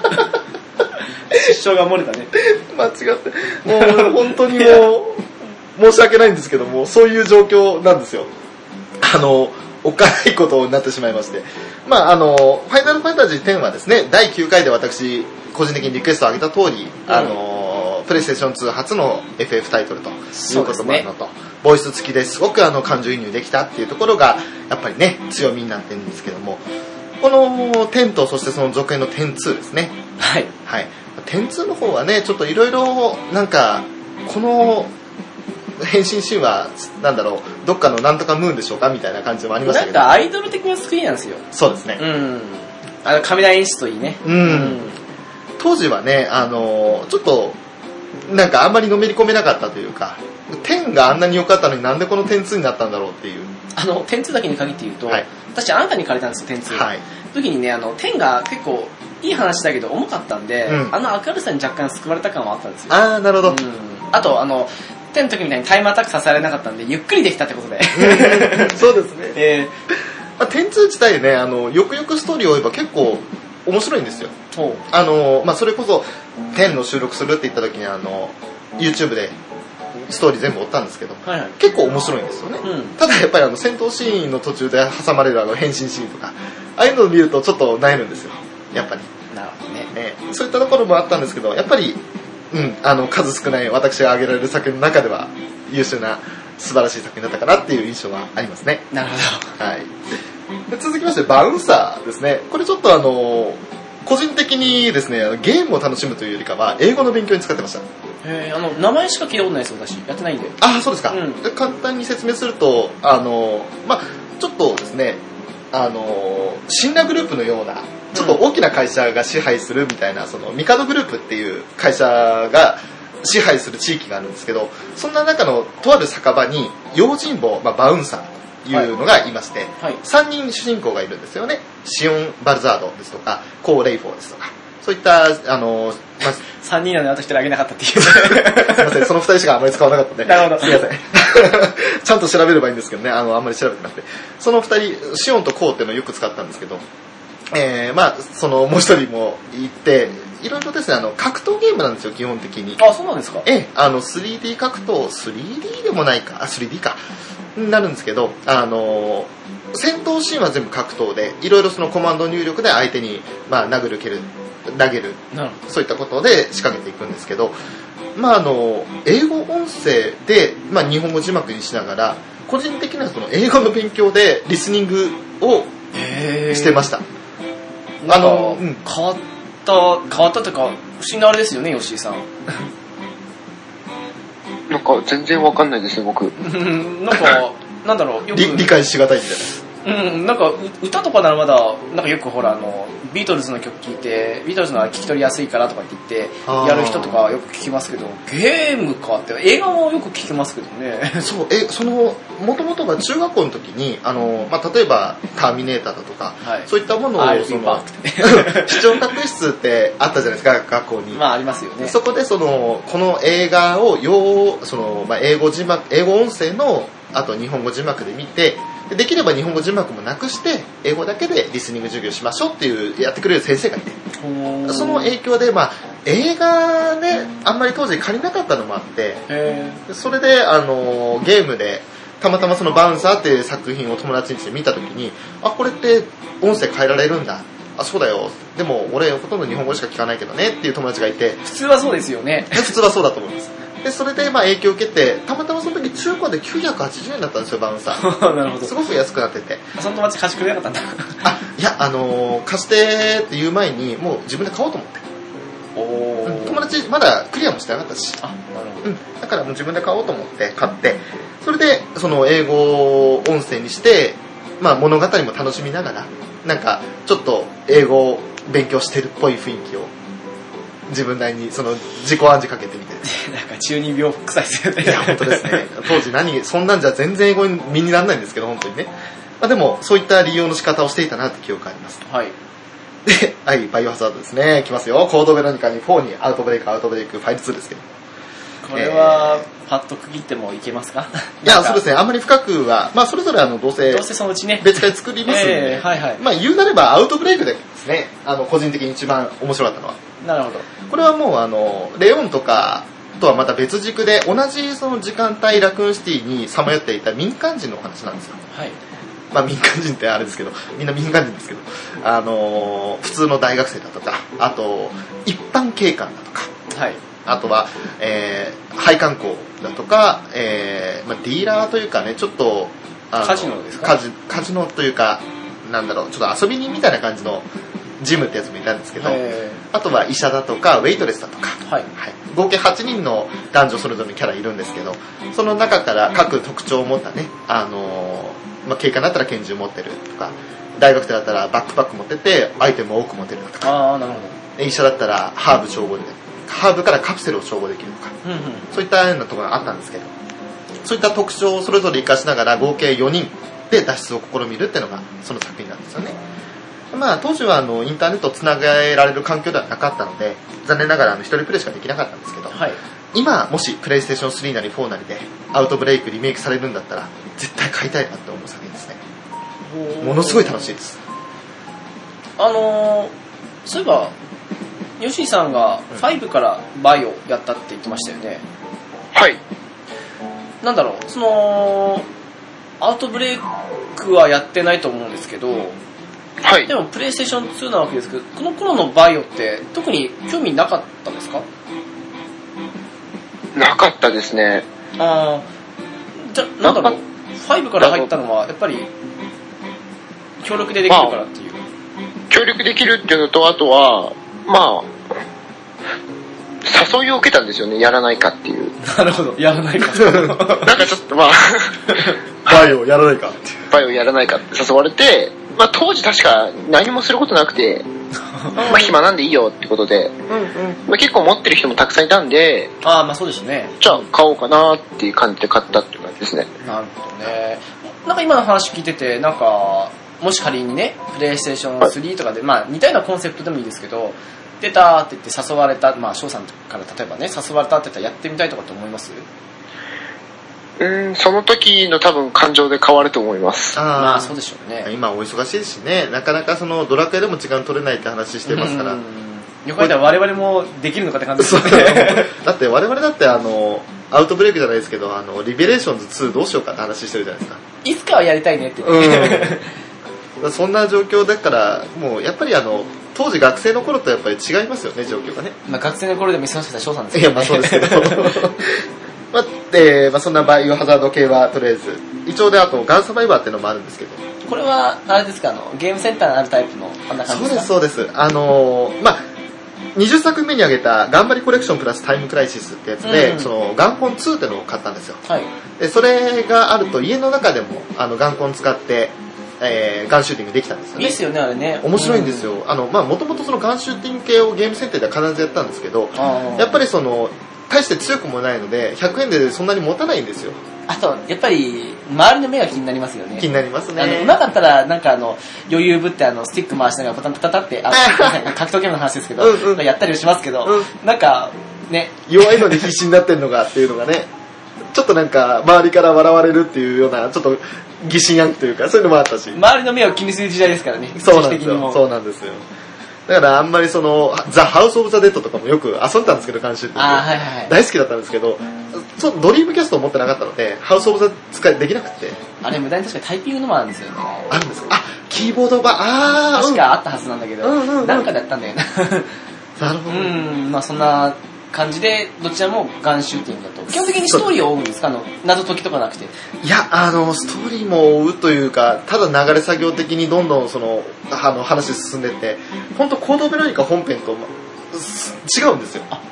失笑が漏れたね。 間違って。もう本当にもう、申し訳ないんですけども、そういう状況なんですよ。おっかないことになってしまいまして。まあ、ファイナルファンタジー10はですね、第9回で私、個人的にリクエストを上げた通り、プレイステーション2初の FF タイトルということもあるのと、ボイス付きですごく感情移入できたっていうところが、やっぱりね、強みになってるんですけども、この10と、そしてその続編の10-2ですね。 はい。 はい。10-2の方はね、ちょっといろいろ、なんか、この、変身シーンは、なんだろう、どっかのなんとかムーンでしょうかみたいな感じもありましたけど。 なんかアイドル的な作りなんですよ。 そうですね。 うん。カメラ演出といいね。 うん。当時はね、ちょっと、なんかあんまりのめり込めなかったというか、10があんなに良かったのになんでこの10-2になったんだろうっていう。 10-2だけに限って言うと、はい、私あなたに借りたんですよ、10-2。はい。時にね、10が結構いい話だけど重かったんで、明るさに若干救われた感はあったんですよ。 ああ、なるほど。 あと、10の時みたいにタイムアタックさせられなかったんで、ゆっくりできたってことで。 そうですね。10-2自体ね、よくよくストーリーを追えば結構面白いんですよ。まあ、それこそ、10の収録するって言った時に、YouTube でストーリー全部追ったんですけど、はいはい、結構面白いんですよね。ただやっぱり戦闘シーンの途中で挟まれる変身シーンとか、ああいうのを見るとちょっと萎えるんですよ。やっぱり。 なるほどね。 そういったところもあったんですけど、やっぱり、数少ない私が挙げられる作品の中では優秀な素晴らしい作品だったかなっていう印象はありますね。 なるほど。 はい。で続きましてバウンサーですね。これちょっと個人的にですね、ゲームを楽しむというよりかは英語の勉強に使ってました。 名前しか聞いたことないです私。やってないんで。 ああ、そうですか。で簡単に説明するとまあちょっとですねシンラグループのようなちょっと大きな会社が支配するみたいな、そのミカドグループっていう会社が支配する地域があるんですけど、そんな中のとある酒場に用心棒、バウンサーというのがいまして、はい、3人主人公がいるんですよね。シオン・バルザードですとかコー・レイフォーですとか、そういった 3人なのにあと1人あげなかったっていう。 すいません、その2人しかあまり使わなかったんで。 なるほど。 すいません。ちゃんと調べればいいんですけどね、あんまり調べてなくて。その2人、シオンとコーっていうのをよく使ったんですけど、そのもう一人もいて、いろいろですね、格闘ゲームなんですよ、基本的に。 あ、そうなんですか。 3D 格闘、3D でもないか、3D か、になるんですけど、戦闘シーンは全部格闘で、いろいろそのコマンド入力で相手に、殴る、蹴る、投げる、そういったことで仕掛けていくんですけど、英語音声で、日本語字幕にしながら、個人的なその英語の勉強でリスニングをしてました。 変わったというか、不思議なあれですよね、吉井さん。 なんか全然わかんないですね、僕。 なんか、なんだろう、よく理解しがたいみたいな。 なんか歌とかならまだなんかよくほらビートルズの曲聴いてビートルズのは聞き取りやすいからとかって言ってやる人とかよく聞きますけど、ゲームかって映画もよく聞きますけどね。 そうもともとが中学校の時に例えばターミネーターだとか、はい、そういったものを視聴覚室ってあったじゃないですか、学校に。 ありますよね。 そこでこの映画を英語音声のあと日本語字幕で見て、できれば日本語字幕もなくして英語だけでリスニング授業しましょうっていうやってくれる先生がいて、その影響で映画ねあんまり当時借りなかったのもあって、それでゲームでたまたまそのバウンサーっていう作品を友達にして見た時に、これって音声変えられるんだ、そうだよ、でも俺ほとんど日本語しか聞かないけどねっていう友達がいて。 普通はそうですよね。 普通はそうだと思います。でそれで影響を受けて、たまたまその時中古で980円だったんですよ、バウンサー。 なるほど。 すごく安くなってて。 その友達貸してくれなかったんだ。 いや、貸してっていう前にもう自分で買おうと思って。友達ちまだクリアもしてなかったし、 あ、なるほど。 だからもう自分で買おうと思って買って、それでその英語音声にして、まあ、物語も楽しみながらなんかちょっと英語を勉強してるっぽい雰囲気を自分なりにその自己暗示かけてみてなんか中二病臭いですよね。 いや本当ですね。当時そんなんじゃ全然英語に身にならないんですけど本当にね、まあ、でもそういった利用の仕方をしていたなって記憶があります。 はい。 で、はい、バイオハザードですね。いきますよ。コードベロニカに4にアウトブレイクファイル2ですけど。 これは、パッと区切ってもいけますか？ いや、そうですね。あんまり深くは、まあ、それぞれどうせそのうちね、 別会作りますので、 はいはい。 まあ、言うなればアウトブレイクですね。個人的に一番面白かったのは。 なるほど。これはもう、レオンとかとはまた別軸で、同じその時間帯ラクーンシティにさまよっていた民間人のお話なんですよ。 はい。 まあ民間人ってあれですけど、みんな民間人ですけど、普通の大学生だとか、あと、一般警官だとか、 はい。 あとは、配管工だとか、まあ、ディーラーというかね、ちょっと、 カジノですか？ カジノというか、なんだろう、ちょっと遊び人みたいな感じのジムってやつもいたんですけど、あとは医者だとか、ウェイトレスだとか、 はいはい、合計8人の男女それぞれのキャラいるんですけど、その中から各特徴を持ったね、まあ、警官だったら拳銃持ってるとか、大学生だったらバックパック持っててアイテムを多く持ってるとか、 なるほど。 医者だったらハーブ調合で、ハーブからカプセルを調合できるとか、そういったようなところがあったんですけど、そういった特徴をそれぞれ活かしながら合計4人で脱出を試みるっていうのがその作品なんですよね。まあ当時はインターネットをつなげられる環境ではなかったので、残念ながら一人プレイしかできなかったんですけど、 はい、 今もしプレイステーション3なり4なりでアウトブレイクリメイクされるんだったら絶対買いたいなって思う作品ですね。ものすごい楽しいです。 そういえば吉井さんが5からバイオやったって言ってましたよね。 はい。 なんだろう、そのアウトブレイクはやってないと思うんですけど、 はい。 でもプレイステーション2なわけですけど、この頃のバイオって特に興味なかったんですか？ なかったですね。 なんだろう、5から入ったのはやっぱり協力でできるからっていう、 協力できるっていうのと、あとはまあ誘いを受けたんですよね、やらないかっていう。 なるほど、やらないかなんかちょっとまあバイオやらないかってバイオやらないかって誘われて、まあ当時確か何もすることなくてまあ暇なんでいいよってことで、まあ、結構持ってる人もたくさんいたんで、 まあそうですね、 じゃあ買おうかなっていう感じで買ったっていう感じですね。 なるほどね。なんか今の話聞いてて、なんかもし仮にねプレイステーション3とかで、まあ似たようなコンセプトでもいいですけど、出たって言って誘われた、まあ翔さんから例えばね誘われたって言ったらやってみたいとかって思います？ その時の多分感情で変わると思います。 まあそうでしょうね。 今お忙しいですしね、なかなかそのドラクエでも時間取れないって話してますから。 よく言ったら我々もできるのかって感じですよね。だって我々だってアウトブレイクじゃないですけど、リベレーションズ2どうしようかって話してるじゃないですか。 いつかはやりたいねって、 そんな状況だから、もうやっぱり当時学生の頃とやっぱり違いますよね、状況がね。 まあ学生の頃でも忙しかった翔さんですけど、ね、 いやまあそうですけどまあそんなバイオハザード系はとりあえず一応で、あとガンサバイバーっていうのもあるんですけど、 これはあれですか、ゲームセンターにあるタイプのあんな感じですか？ そうですそうです。まあ20作目に挙げた頑張りコレクションプラスタイムクライシスってやつで、そのガンコン2っていうのを買ったんですよ。 はい、 でそれがあると家の中でもガンコン使ってガンシューティングできたんですよね。 いいですよね、あれね。 面白いんですよ。まあもともとそのガンシューティング系をゲームセンターでは必ずやったんですけど、やっぱりその大して強くもないので100円でそんなに持たないんですよ。 あとやっぱり周りの目が気になりますよね。 気になりますね。 うまかったらなんか余裕ぶってスティック回しながらパタンパタタって格闘ゲームの話ですけど、やったりしますけど、なんかね、 弱いのに必死になってるのがっていうのがね、ちょっとなんか周りから笑われるっていうようなちょっと疑心暗鬼というか、そういうのもあったし、 周りの目を気にする時代ですからね。 そうなんですよ。そうなんですよ。だからあんまりそのザ・ハウス・オブ・ザ・デッドとかもよく遊んだんですけど、監修って、大好きだったんですけど、ドリームキャストを持ってなかったのでハウス・オブ・ザ・使いできなくて、 あれ無駄に確かにタイピングのもあるんですよね。 あるんですか？キーボード版、 確かあったはずなんだけど、なんかでやったんだよな。 なるほど。 まあそんな感じで、どちらもガンシューティングだと基本的にストーリーを追うんですか？謎解きとかなくて。 いや、ストーリーも追うというか、ただ流れ作業的にどんどんその話進んでって、本当コードベロニカ本編と違うんですよ。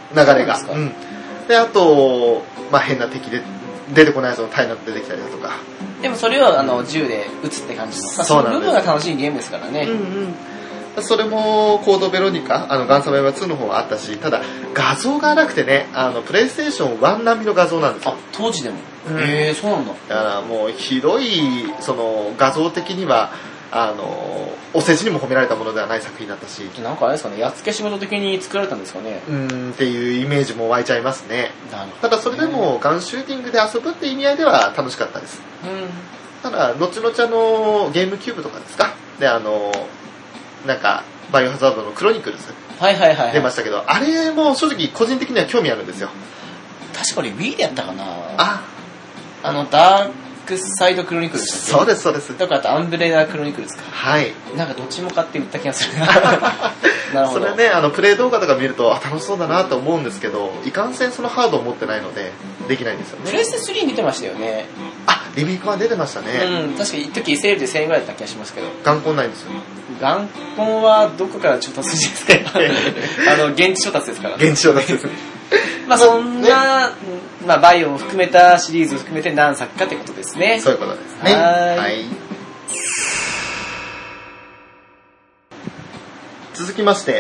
流れが。で、あと、まあ変な敵で出てこないそのタイナット出てきたりだとか。 でもそれを銃で撃つって感じの、その部分が楽しいゲームですからね。 それもコードベロニカ、ガンサバイバー2の方はあったし、ただ画像が荒くてね、プレイステーション1並みの画像なんですよ。 当時でも。そうなんだ。 だからもうひどい、その画像的には、お世辞にも褒められたものではない作品だったし。 なんかあれですかね、やっつけ仕事的に作られたんですかね。 っていうイメージも湧いちゃいますね。ただそれでもガンシューティングで遊ぶっていう意味合いでは楽しかったです。ただ、後々ゲームキューブとかですかで、なんか、バイオハザードのクロニクルズ。出ましたけど、あれも正直個人的には興味あるんですよ。 確かに Wii でやったかな。ダークサイドクロニクルズ。 そうです、そうです。 だからアンブレラクロニクルズか。 はい。 なんかどっちも買って売った気がする。 なるほど。それね、プレイ動画とか見ると、楽しそうだなと思うんですけど、いかんせんそのハードを持ってないので、できないんですよね。 プレステ3に出てましたよね。 リメイクは出てましたね。 確かに一時セールで1000円ぐらいだった気がしますけど。 眼根ないんですよ。 眼根はどこから調達してるんですか？現地調達ですから。 現地調達です。 まあそんな、まあバイオも含めたシリーズを含めて何作かってことですね。 そういうことですね。はい。続きまして、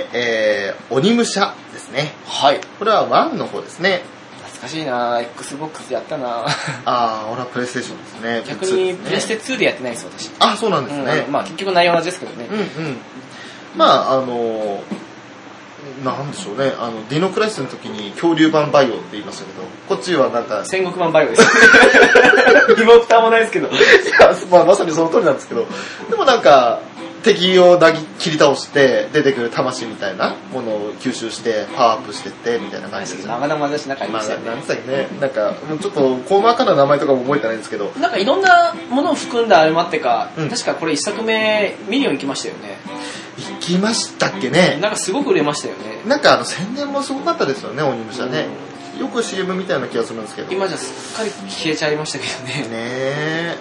鬼武者ですね。 はい。 これは1の方ですね。 懐かしいな XBOX でやったな俺はプレイステーションですね。 逆にプレステ2でやってないです私。 そうなんですね。 まあ結局内容は同じですけどね。 まあなんでしょうね、ディノクライシスの時に恐竜版バイオって言いましたけど、こっちはなんか戦国版バイオです身も蓋もないですけどいや、まさにその通りなんですけど、でもなんか敵を切り倒して出てくる魂みたいなものを吸収してパワーアップしてってみたいな感じで、 長々私なんかありましたよね。 なんつったっけね、なんかもうちょっと細かな名前とかも覚えてないんですけど、 なんかいろんなものを含んだあれもあってか、確かこれ1作目ミリオン行きましたよね。 行きましたっけね。 なんかすごく売れましたよね。 なんか宣伝もすごかったですよね、鬼武者ね。よく CM みたいな気がするんですけど、 今じゃすっかり消えちゃいましたけどね。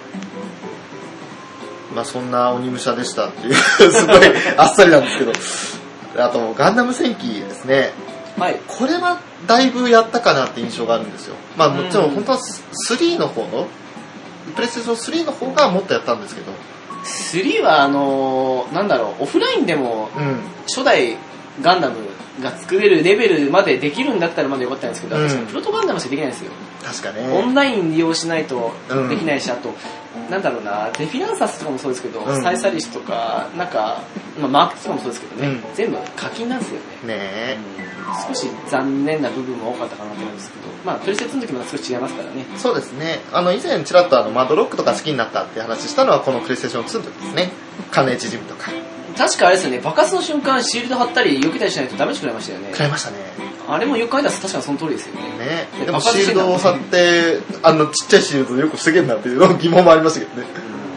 まあそんな鬼武者でしたっていうすごいあっさりなんですけど、あとガンダム戦記ですね。これはだいぶやったかなって印象があるんですよ。まあもちろん本当は3の方のプレイステーション3の方がもっとやったんですけど、 3はなんだろう、オフラインでも初代ガンダムが作れるレベルまでできるんだったらまだよかったんですけど、私プロトガンダムしかできないんですよ。 確かね。 オンライン利用しないとできないし、あとなんだろうな、デフィランサスとかもそうですけど、サイサリスとかなんか、マークとかもそうですけどね、全部課金なんですよね。少し残念な部分も多かったかなと思うんですけど、まあプレステ2の時も少し違いますからね。 そうですね。以前ちらっとマドロックとか好きになったって話したのはこのプレイステーション2の時ですね。金縮むとか。 確かあれですよね、爆発の瞬間シールド貼ったり避けたりしないとダメージ食らいましたよね。 食らいましたね。あれもよく書いたら確かにその通りですよね。 でもシールドを貼ってちっちゃいシールドでよく防げるなっていう疑問もありましたけどね。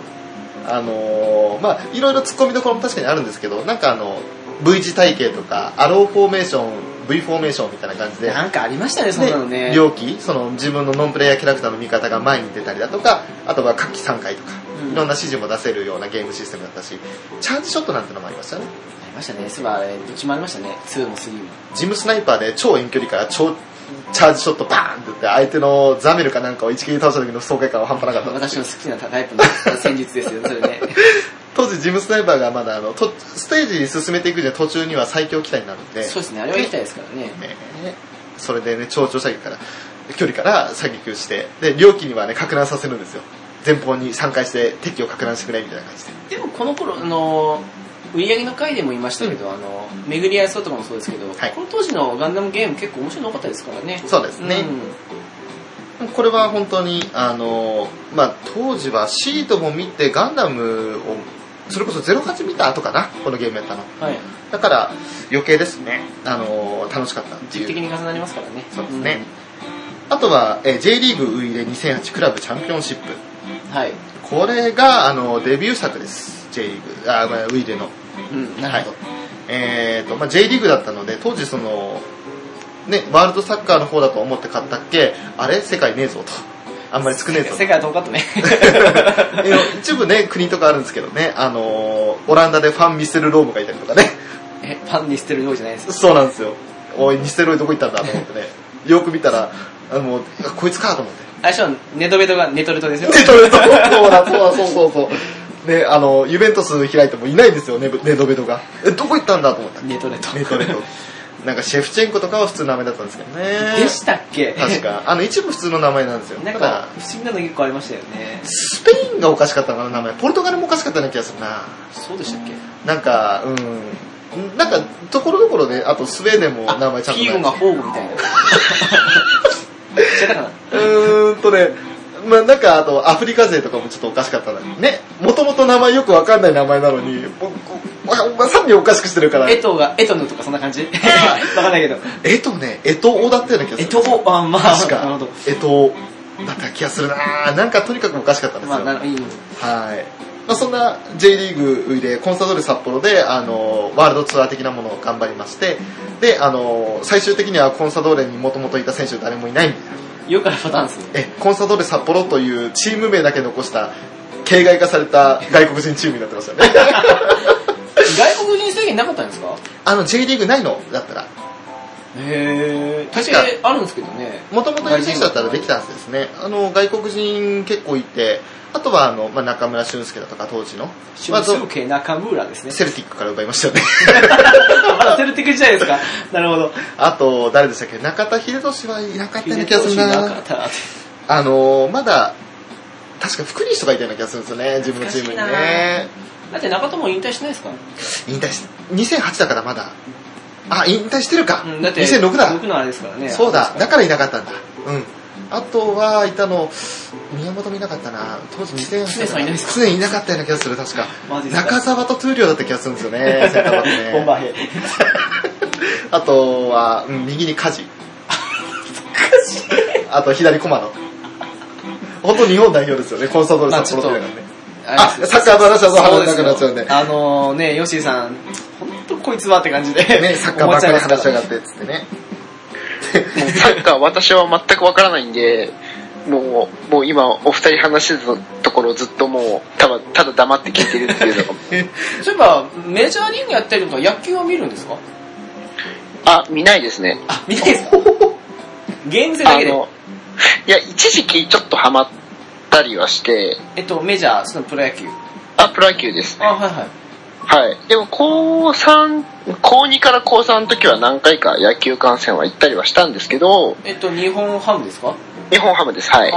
まあいろいろ突っ込みどころも確かにあるんですけど、なんかV 字体系とかアローフォーメーション、V フォーメーションみたいな感じでなんかありましたね、そんなのね。 両機、自分のノンプレイヤーキャラクターの味方が前に出たりだとか、あとは各機3回とか、いろんな指示も出せるようなゲームシステムだったし、チャージショットなんてのもありましたね。 ありましたね。そういえばどっちもありましたね。2も3も。 ジムスナイパーで超遠距離からチャージショットバーンって言って相手のザメルかなんかを一撃倒した時の爽快感は半端なかった。 私の好きなタイプの戦術ですよね、それね。 当時ジムスナイパーがまだステージに進めていくには途中には最強機体になるんで、 そうですね、あれは行きたいですからね。 それでね、超長射撃から距離から射撃をして、で両機にはね撹乱させるんですよ。前方に3回して敵を撹乱してくれみたいな感じで。でもこの頃売り上げの回でも言いましたけど、巡り合いそうとかもそうですけど、この当時のガンダムゲーム結構面白いの多かったですからね。 そうですね。これは本当にまあ当時はシートも見てガンダムをそれこそ08見た後かな、このゲームやったの。だから余計ですね。楽しかったっていう。 時期的に重なりますからね。 そうですね。あとは J リーグウイイレ2008クラブチャンピオンシップ。これがデビュー作です。J リーグウイイレの。 なるほど。まあ J リーグだったので当時ね、ワールドサッカーの方だと思って買ったっけ、あれ世界ねえぞと。あんまり少ねえぞ。 世界は遠かったね。 一部ね、国とかあるんですけどね、オランダでファン・ミステル・ロームがいたりとかね。 ファン・ミステル・ロームじゃないですか。 そうなんですよ。 おい、ニステロイどこ行ったんだと思ってね、よく見たら、もう、こいつかと思って。 最初はネトベトがネトルトですよ。 ネトルト、そう。ね、ユベントス開いてもいないんですよ、ネドベトが。どこ行ったんだと思った。 ネトレト。 なんかシェフチェンコとかは普通の名前だったんですけどね。 でしたっけ？ 確か。一部普通の名前なんですよ。 なんか、不思議なの結構ありましたよね。 スペインがおかしかったかな、名前。ポルトガルもおかしかったような気がするな。 そうでしたっけ？ なんか、なんか、ところどころで、あとスウェーデンも名前ちゃんと。 ピーゴがフォーゴみたいな。知ったかな？ まあなんか、あと、アフリカ勢とかもちょっとおかしかったね。もともと名前よくわかんない名前なのに、3人おかしくしてるから。 エトヌとかそんな感じ？わかんないけど。 エトオだったような気がする。 エトオ、まあ、 確か。なるほど。エトオだった気がするな。なんかとにかくおかしかったんですよ。 まあ、いい。 はい。まあ、そんな J リーグでコンサドーレ札幌でワールドツアー的なものを頑張りまして、で最終的にはコンサドーレにもともといた選手誰もいないんで、 よくあるパターンですね。 コンサドーレ札幌というチーム名だけ残した形骸化された外国人チームになってましたね。 外国人制限なかったんですか ？J リーグないのだったら。 へー、確かあるんですけどね。 もともといる選手だったらできたんですね。外国人結構いて、あとは中村俊輔だとか当時の俊輔中村ですね。 セルティックから奪いましたよね。 まだセルティック時代ですか。なるほど。 あと誰でしたっけ？中田英寿はいなかったような気がするな。まだ確か福西とかいたような気がするんですよね、自分のチームにね。 だって中田も引退してないですか？ 引退し2008だからまだ。引退してるか。 だって 2006だ。 6のあれですからね。 そうだ、だからいなかったんだ。あとはいたの、宮本見なかったな。当時2008 年。常さんいないですか？ 常にいなかったような気がする、確か。中澤とトゥーリオだった気がするんですよね、センターバックね。 ボンバー兵。 あとは、右に梶。あと左駒野。本当日本代表ですよね、コンサドーレ札幌っていうのはね。サッカーの話は話なくなっちゃうんで。 ヨッシーさん、本当こいつはって感じで。 ね、サッカーばっかり話しやがって、つってね。 サッカー私は全くわからないんで、もう今お二人話してたところをずっともうただ黙って聞いてるっていうのが。 そういえばメジャーリーグやってると野球を見るんですか？ 見ないですね。 見ないですか？ゲーム性だけで。 いや、一時期ちょっとハマったりはして。 メジャー、そのプロ野球。 プロ野球ですね。 はいはい。 はい。でも高2から高3の時は何回か野球観戦は行ったりはしたんですけど。 日本ハムですか？ 日本ハムです、はい。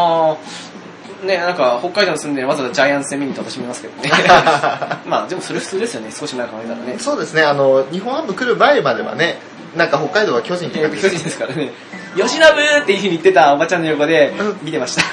ね、なんか北海道に住んでわざわざジャイアンツ戦見に楽しみますけどね。まあでもそれ普通ですよね、少し前から見たらね。 そうですね、日本ハム来る前まではね、なんか北海道は巨人って巨人ですからね。吉野部っていう風に言ってたおばちゃんの横で見てました。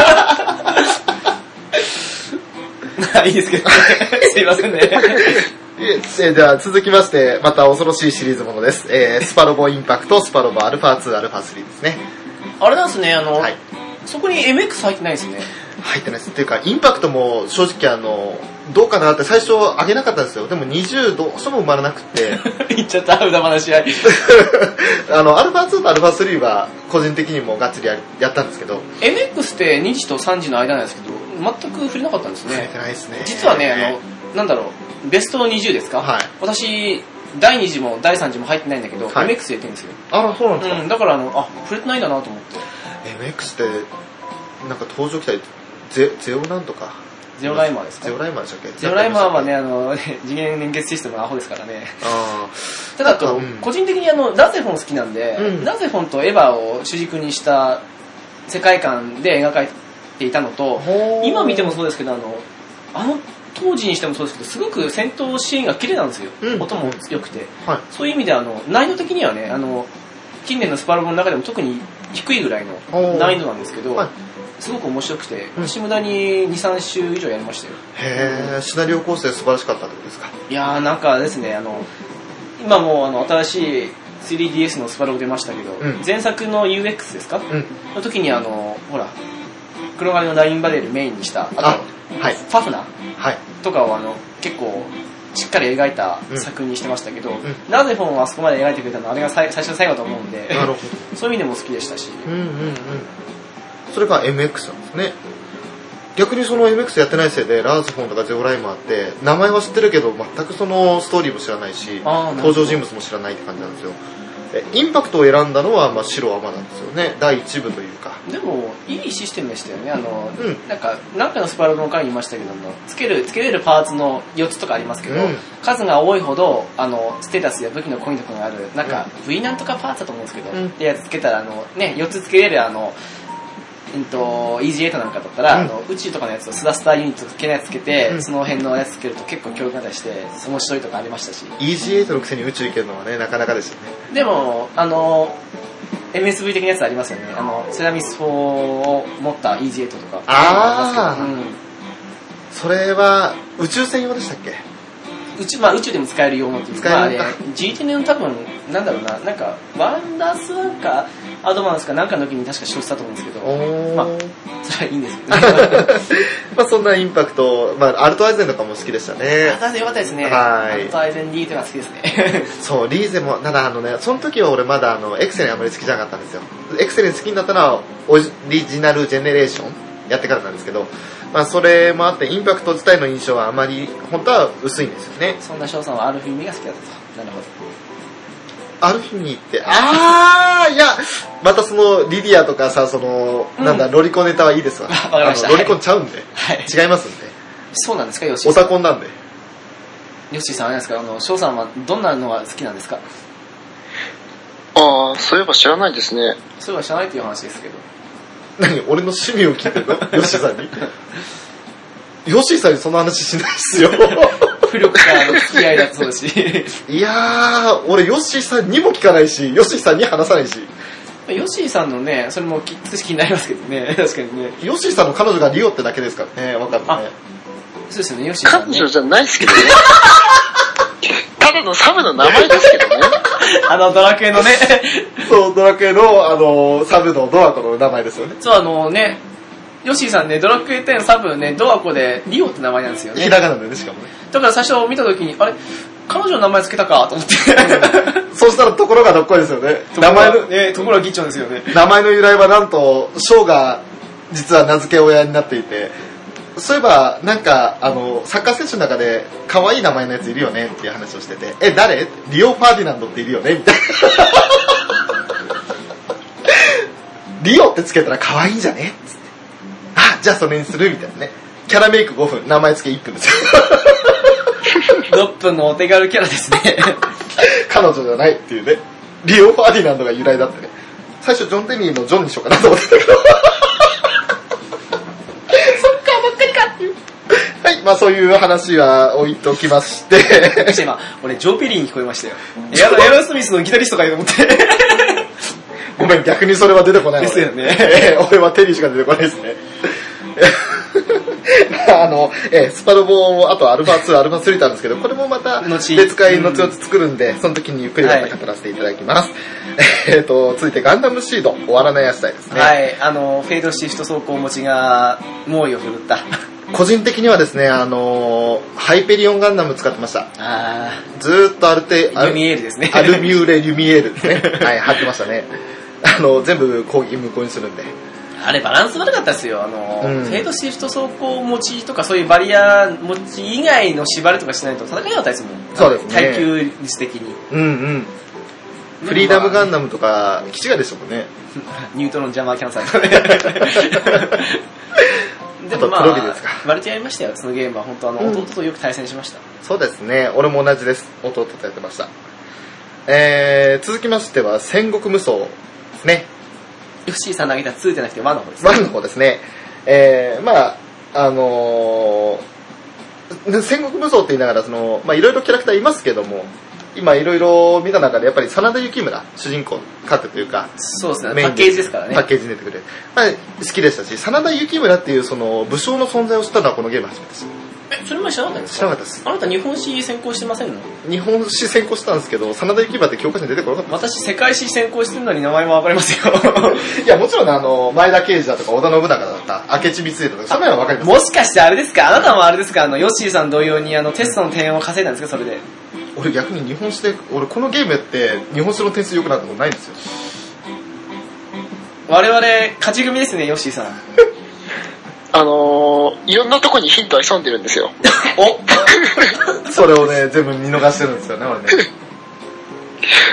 いいですけどね。すいませんね。 では続きましてまた恐ろしいシリーズものです。スパロボインパクト、スパロボアルファ2、アルファ3ですね。 あれなんですね、そこに MX 入ってないですね。 入ってないです。っていうかインパクトも正直どうかなって最初上げなかったんですよ。でも20どうしても埋まらなくて。 言っちゃった裏話あり。 アルファ2とアルファ3は個人的にもがっつりやったんですけど。 MX って2時と3時の間なんですけど全く触れなかったんですね。 触れてないですね。 実はねベスト20ですか？はい。私第2次も第3次も入ってないんだけど、MX でやってるんですよ。 そうなんですか。 だから触れてないんだなと思って。 MX ってなんか登場機体ゼオなんとか。 ゼオライマーですか？ ゼオライマーでしたっけ？ ゼオライマーはね次元連結システムのアホですからね。ただ個人的にラゼフォン好きなんで、ラゼフォンとエヴァを主軸にした世界観で描かれていたのと、今見てもそうですけど当時にしてもそうですけどすごく戦闘シーンが綺麗なんですよ。音も良くて、そういう意味で難易度的にはね近年のスパロボの中でも特に低いぐらいの難易度なんですけど、すごく面白くて、私無駄に 2,3 週以上やりましたよ。 へー、シナリオ構成素晴らしかったってことですか？ いやーなんかですね今も新しい 3DS のスパロボ出ましたけど、前作の UX ですか、の時にほら黒髪のラインバレルメインにしたファフナとかを結構しっかり描いた作品にしてましたけど、なぜ本をあそこまで描いてくれたのはあれが最初の最後だと思うんで、そういう意味でも好きでしたし、 それが MX なんですね。逆にその MX やってないせいでラーズフォンとかゼオライマーって名前は知ってるけど全くそのストーリーも知らないし登場人物も知らないって感じなんですよ。 インパクトを選んだのは、まあ、白アマなんですよね。第1部というか。 でもいいシステムでしたよね。なんか何かのスパロボの回に言いましたけども、つけれるパーツの4つとかありますけど、数が多いほどステータスや武器のコインとかがあるなんか V なんとかパーツだと思うんですけど、ってやつつけたら4つつけれるEG8 なんかだったら、宇宙とかのやつをスラスターユニット系のやつつけて、その辺のやつつけると結構強力だったりして面白いとかありましたし、 EG8 のくせに宇宙行けるのはねなかなかですよね。 でもMSV 的なやつありますよね。セラミス4を持った EG8 とかありますけど、それは宇宙船用でしたっけ？ 宇宙でも使えるようなっていうか、GT の多分なんだろうな、なんかワンダースワンかアドバンスかなんかの時に確か使用したと思うんですけど、まあそれはいいんですけど、 まあそんなインパクト、まあアルトアイゼンとかも好きでしたね。 アルトアイゼン良かったですね。 はい。 アルトアイゼンリーゼが好きですね。 そう、リーゼもただその時は俺まだエクセレンあまり好きじゃなかったんですよ。エクセレン好きになったのはオリジナルジェネレーションやってからなんですけど、まあそれもあってインパクト自体の印象はあまり本当は薄いんですよね。 そんな翔さんはアルフィミが好きだったと。なるほど。 アルフィミって、いや、またそのリディアとかさ、なんだ、ロリコンネタはいいですわ。 わかりました。 ロリコンちゃうんで、 はい、 違いますんで。 そうなんですか、ヨッシーさん。 オタコンなんで。 ヨッシーさん、あれですか、翔さんはどんなのが好きなんですか？ そういえば知らないですね。 そういえば知らないっていう話ですけど。 何、俺の趣味を聞いてるの？ヨッシーさんに。ヨッシーさんにその話しないっすよ。 古くからの付き合いだとそうですし。 いやー、俺ヨッシーさんにも聞かないし、ヨッシーさんに話さないし。 ヨッシーさんのね、それも少し気になりますけどね。確かにね。 ヨッシーさんの彼女がリオってだけですからね、分かったね。 そうですよね、ヨッシーさん、ね。 彼女じゃないですけどね。ただのサブの名前ですけどね。 ドラクエのね。 そう、ドラクエの、サブのドラコの名前ですよね。 そう、ヨッシーさんね、ドラクエ10のサブね、ドアコでリオって名前なんですよね。 ひらがなでね、しかもね。 だから最初見たときに、あれ彼女の名前つけたかと思って。 そうしたらところがどっこいですよね。名前の、 ところがギッチョンですよね。 名前の由来はなんと、ショーが実は名付け親になっていて、そういえば、なんか、サッカー選手の中で、可愛い名前のやついるよねっていう話をしてて、誰？リオ・ファーディナンドっているよねみたいな。リオってつけたら可愛いんじゃねつって。じゃあそれにするみたいなね。キャラメイク5分、名前付け1分ですよ。 6分のお手軽キャラですね。 彼女じゃないっていうね。リオ・ファーディナンドが由来だってね。最初ジョン・テニーのジョンにしようかなと思ってたけど。はい、まあそういう話は置いときまして。 今、俺ジョー・ペリーに聞こえましたよ。エアロスミスのギタリストかよと思って。 ごめん、逆にそれは出てこないですよね。 俺はテリーしか出てこないですね。スパロボ、あとアルファ2、アルファ3なんですけど、これもまた別回後々作るんで、その時にゆっくりまた語らせていただきます。続いてガンダムシード、終わらない足台ですね。 はい、フェードシフト走行持ちが猛威を振るった。 個人的にはですね、ハイペリオンガンダム使ってました。ずーっとリュミエールですね。 アルミューレ・リュミエールですね。はい、貼ってましたね。全部攻撃無効にするんで。 あれバランス悪かったですよ。フェードシフト走行持ちとかそういうバリア持ち以外の縛りとかしないと戦えなかったですもん。 そうですね。 耐久率的に。 フリーダムガンダムとか、気違いでしたもんね。 ニュートロンジャマーキャンサーでもまあ、割とやりましたよ、そのゲームは。本当弟とよく対戦しました。 そうですね、俺も同じです。弟とやってました。続きましては、戦国無双ですね。 ヨッシーさん投げた2じゃなくて1の方ですね。1の方ですね。まあ、戦国無双って言いながら、まあ、いろいろキャラクターいますけども、今いろいろ見た中でやっぱり真田幸村主人公各というか、 そうですね、パッケージですからね。 パッケージに出てくる、まあ、好きでしたし、真田幸村っていうその武将の存在を知ったのはこのゲーム初めてです。 それも知らなかったんですか？ 知らなかったです。 あなた日本史専攻してませんの？ 日本史専攻したんですけど、真田幸村って教科書に出てこなかったです。 私世界史専攻してるのに名前もわかりますよ。 いや、もちろん前田慶次だとか織田信長だった明智光秀とかその辺はわかります。 もしかしてあれですか？あなたもあれですか？ヨッシーさん同様にテストの点を稼いだんですか？それで。 俺逆に日本史で、俺このゲームって日本史の点数良くなったことないんですよ。 我々勝ち組ですね、ヨッシーさん。 いろんなとこにヒントは潜んでるんですよ。 おそれをね、全部見逃してるんですよね、俺ね。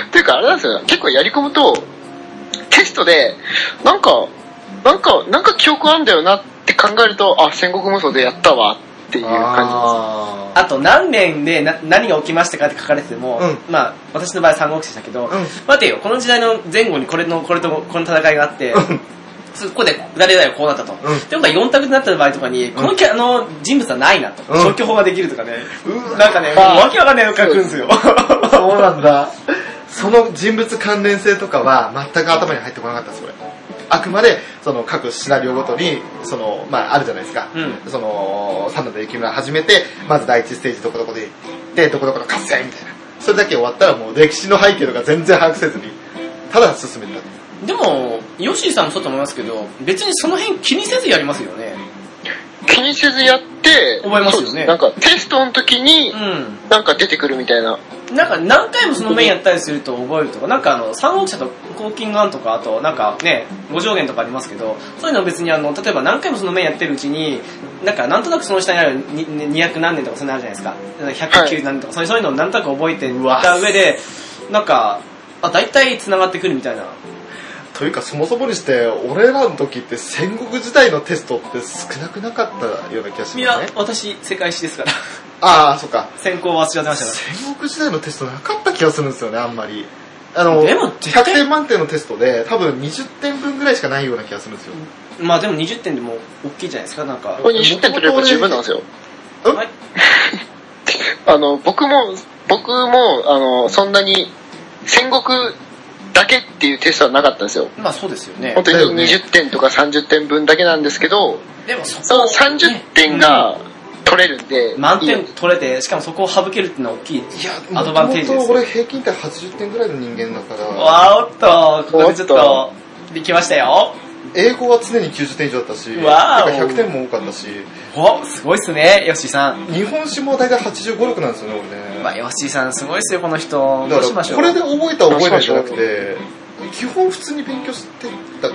ていうかあれなんですよ、結構やり込むとテストでなんか記憶あんだよなって考えると、あ、戦国無双でやったわっていう感じです。 あと何年で何が起きましたかって書かれてても、まあ私の場合三国志でしたけど、待てよ、この時代の前後にこれとこの戦いがあって、ここで誰々こうなったと。ってことは4択になった場合とかに、この人物はないなと。消去法ができるとかね。なんかね、もうわけわかんないの書くんですよ。 そうなんだ。その人物関連性とかは全く頭に入ってこなかったです、それ。あくまでその各シナリオごとにまああるじゃないですか。その真田幸村始めて、まず第一ステージどこどこで行ってどこどこの合戦みたいな。それだけ終わったらもう歴史の背景とか全然把握せずにただ進めた。 でもヨッシーさんもそうと思いますけど、別にその辺気にせずやりますよね。 気にせずやって覚えますよね。 なんかテストの時になんか出てくるみたいな。 なんか何回もその面やったりすると覚えるとか、なんか三国志だと黄金の案とか、あとなんかね五条弦とかありますけど、そういうのは別に例えば何回もその面やってるうちになんとなくその下にある200何年とかそういうのあるじゃないですか。109何年とか、そういうのをなんとなく覚えてた上で、なんか大体繋がってくるみたいな。 というかそもそもにして俺らの時って戦国時代のテストって少なくなかったような気がしますね。 いや、私世界史ですから。 ああ、そっか。 専攻は忘れてましたから。 戦国時代のテストなかった気がするんですよね、あんまり。 でも 100点満点のテストで多分20点分ぐらいしかないような気がするんですよ。 まあでも20点でも大きいじゃないですか。なんかこれ20点取れば十分なんですよ。 はい。 僕もそんなに戦国だけっていうテストはなかったんですよ。 まあそうですよね。 本当に20点とか30点分だけなんですけど、 でもその30点が取れるんで、 満点取れて、しかもそこを省けるっていうのは大きいアドバンテージですよ。 俺平均点80点ぐらいの人間だから。 わーおっと、ここでちょっとできましたよ。 英語は常に90点以上だったし、100点も多かったし。 お、すごいっすね、ヨッシーさん。 日本史も大体85、6なんですよね、俺ね。 まあヨッシーさんすごいっすよ、この人。どうしましょう。 これで覚えた覚えないじゃなくて、基本普通に勉強してたから、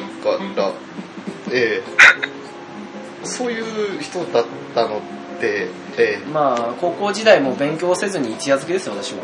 そういう人だったので、 まあ高校時代も勉強せずに一夜漬けですよ、私も。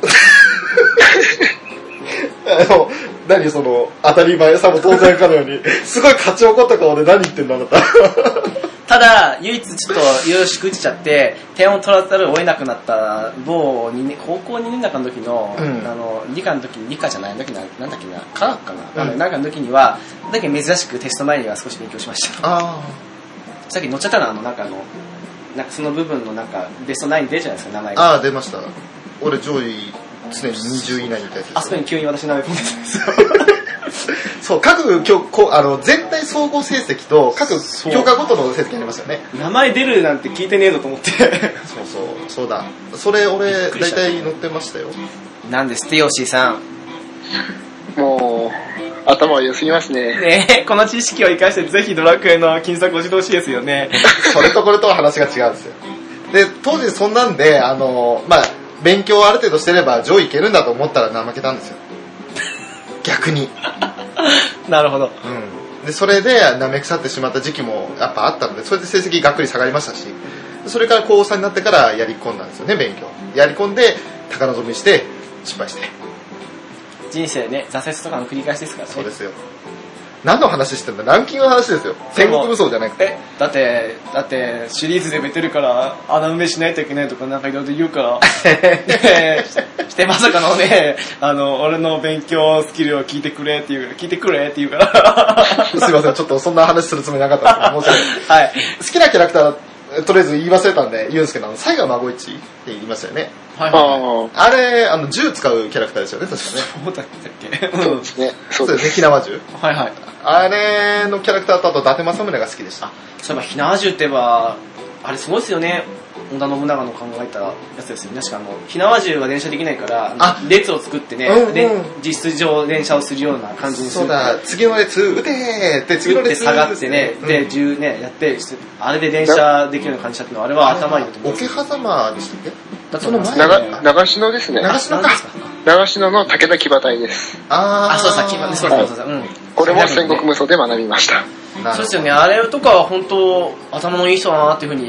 何その当たり前さも当然かのようにすごい勝ち怒った顔で何言ってんだあなた。 ただ唯一ちょっといろいろしくじっちゃって点を取らざるを得なくなった某高校2年生の時の、理科の時に理科じゃない時なんだっけな、科学かな、なんかの時にはだけ珍しくテスト前には少し勉強しました。さっき乗っちゃったのなんかその部分のなんかベスト9出るじゃないですか、名前が。 出ました。俺上位常に20位以内にいたやつ。 あそこに急に私の名前込んでたんですよ。 そう、全体総合成績と各教科ごとの成績ありますよね。 名前出るなんて聞いてねえぞと思って。 そうだ。それ俺大体載ってましたよ。 なんですってヨッシーさん。 もう頭良すぎますね。 ねえ、この知識を生かしてぜひドラクエの金策を教えてほしいですよね。 それとこれとは話が違うんですよ。で当時そんなんでまあ勉強をある程度してれば上位いけるんだと思ったら怠けたんですよ。逆に。 なるほど。 でそれで舐め腐ってしまった時期もやっぱあったので、それで成績がっくり下がりましたし、それから高3になってからやり込んだんですよね、勉強。やり込んで高望みして失敗して。 人生ね、挫折とかの繰り返しですからね。 そうですよ。何の話してんだ、ランキングの話ですよ。戦国無双じゃなくて。 だってシリーズで出てるから穴埋めしないといけないとかなんかいろいろ言うからしてまさかのね、俺の勉強スキルを聞いてくれって言うからすいません、ちょっとそんな話するつもりなかったんですけど、申し訳ない。はい。好きなキャラクターとりあえず言い忘れたんで言うんですけど、西郷孫一って言いましたよね。 はいはい、 あれ銃使うキャラクターですよね、確かね。 そうだっけ。 そうですね。 そうですね、火縄銃。 はいはい。 あれのキャラクターとあと伊達政宗が好きでした。 そういえば火縄銃って言えばあれすごいですよね。織田信長の考えたやつですよね。確か火縄銃は連射できないから列を作ってね、実質上連射をするような感じにする。 そうだ、次の列撃てーって次の列下がってね、で銃ねやってあれで連射できるような感じだったの、あれは頭に入れてます。 桶狭間でしたっけ？ その前長篠ですね。 長篠か。 長篠の武田騎馬隊です。 そうさ、騎馬ね、そう。 これも戦国無双で学びました。 そうですよね。あれとかは本当頭のいい人だなっていうふうに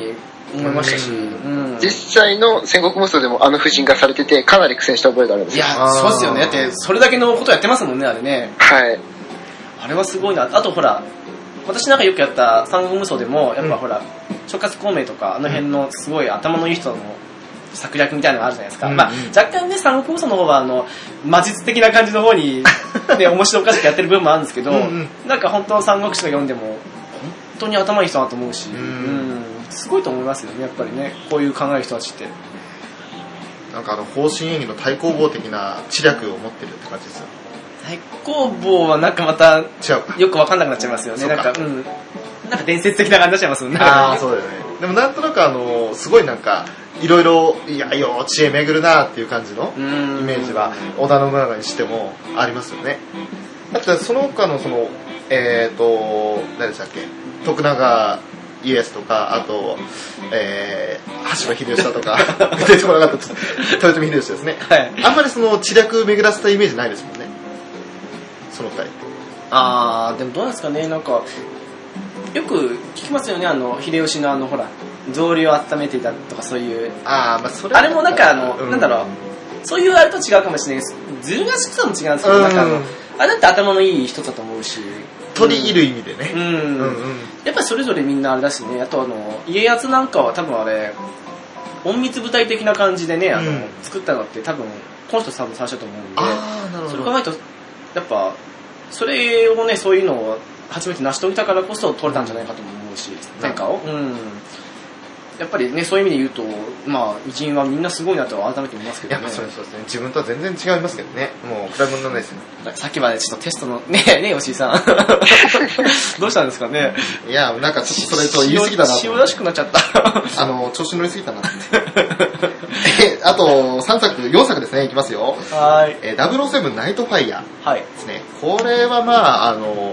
思いましたし、 実際の戦国無双でもあの布陣がされてて、かなり苦戦した覚えがあるんですよ。 いや、そうですよね。だって、それだけのことやってますもんね、あれね。 はい。 あれはすごいな。あとほら、私なんかよくやった三国無双でも、やっぱほら、諸葛孔明とか、あの辺のすごい頭のいい人の策略みたいなのがあるじゃないですか。まあ、若干ね、三国無双の方は、魔術的な感じの方に、ね、面白おかしくやってる部分もあるんですけど、なんか本当三国志と読んでも、本当に頭いい人だと思うし、すごいと思いますよね、やっぱりね、こういう考える人たちって。 なんか方針演技の対抗棒的な知略を持ってるって感じですよ。 対抗棒はなんかまたよくわかんなくなっちゃいますよね。なんか伝説的な感じになっちゃいますよね。 ああ、そうだよね。でもなんとなくすごいなんかいろいろいやよ知恵巡るなっていう感じのイメージは織田信長にしてもありますよね。だってその他の誰でしたっけ、徳永イエスとか、あと、羽柴秀吉だとか出てこなかった豊臣秀吉ですね、はい、あんまり知略巡らせたイメージないですもんね、その二人。 あー、でもどうなんですかね、なんかよく聞きますよね、秀吉のほら草履を温めていたとか、そういう、 まあそれあれもなんかなんだろう、そういうあれと違うかもしれないです。ずる賢さも違うんですけど、なんかあれだって頭のいい人だと思うし、 取り入る意味でね、 やっぱりそれぞれみんなあれだしね。あと家康なんかは多分あれ隠密部隊的な感じでね、作ったのって多分この人多分最初だと思うんで、それを考えるとやっぱそれをね、そういうのを初めて成し遂げたからこそ取れたんじゃないかと思うし、天下を、やっぱりね、そういう意味で言うと、まあ偉人はみんなすごいなと改めて思いますけどね。 いや、そうですね。自分とは全然違いますけどね。もう比べ物ないですよ。 さっきまでちょっとテストのね吉井さんどうしたんですかね。 いや、なんかちょっとそれと言い過ぎだなと。 塩らしくなっちゃった調子乗りすぎたなってあと4作ですね、いきますよ。 はい。 007ナイトファイヤーですね。これはまあ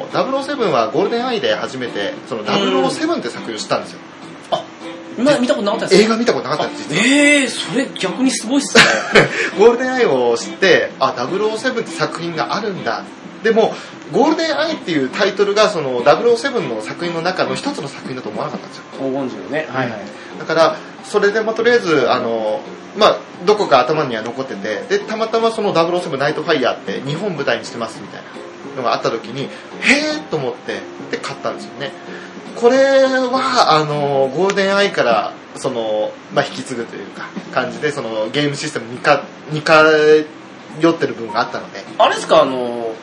007はゴールデンアイで初めてその007って作品を知ったんですよ。 今見たことなかったですか？ 映画見たことなかったです実は。それ逆にすごいっすねゴールデンアイを知って、007って作品があるんだ。でもゴールデンアイっていうタイトルがその007の作品の中の一つの作品だと思わなかったんですよ。 黄金時のね、はいはい。 だからそれでとりあえずまあどこか頭には残ってて、でたまたまその007ナイトファイヤーって日本舞台にしてますみたいなのがあった時に、へーと思ってで買ったんですよね。これはゴールデンアイからまあ、引き継ぐというか感じでゲームシステムに似通ってる部分があったので、 あれですか、ゴ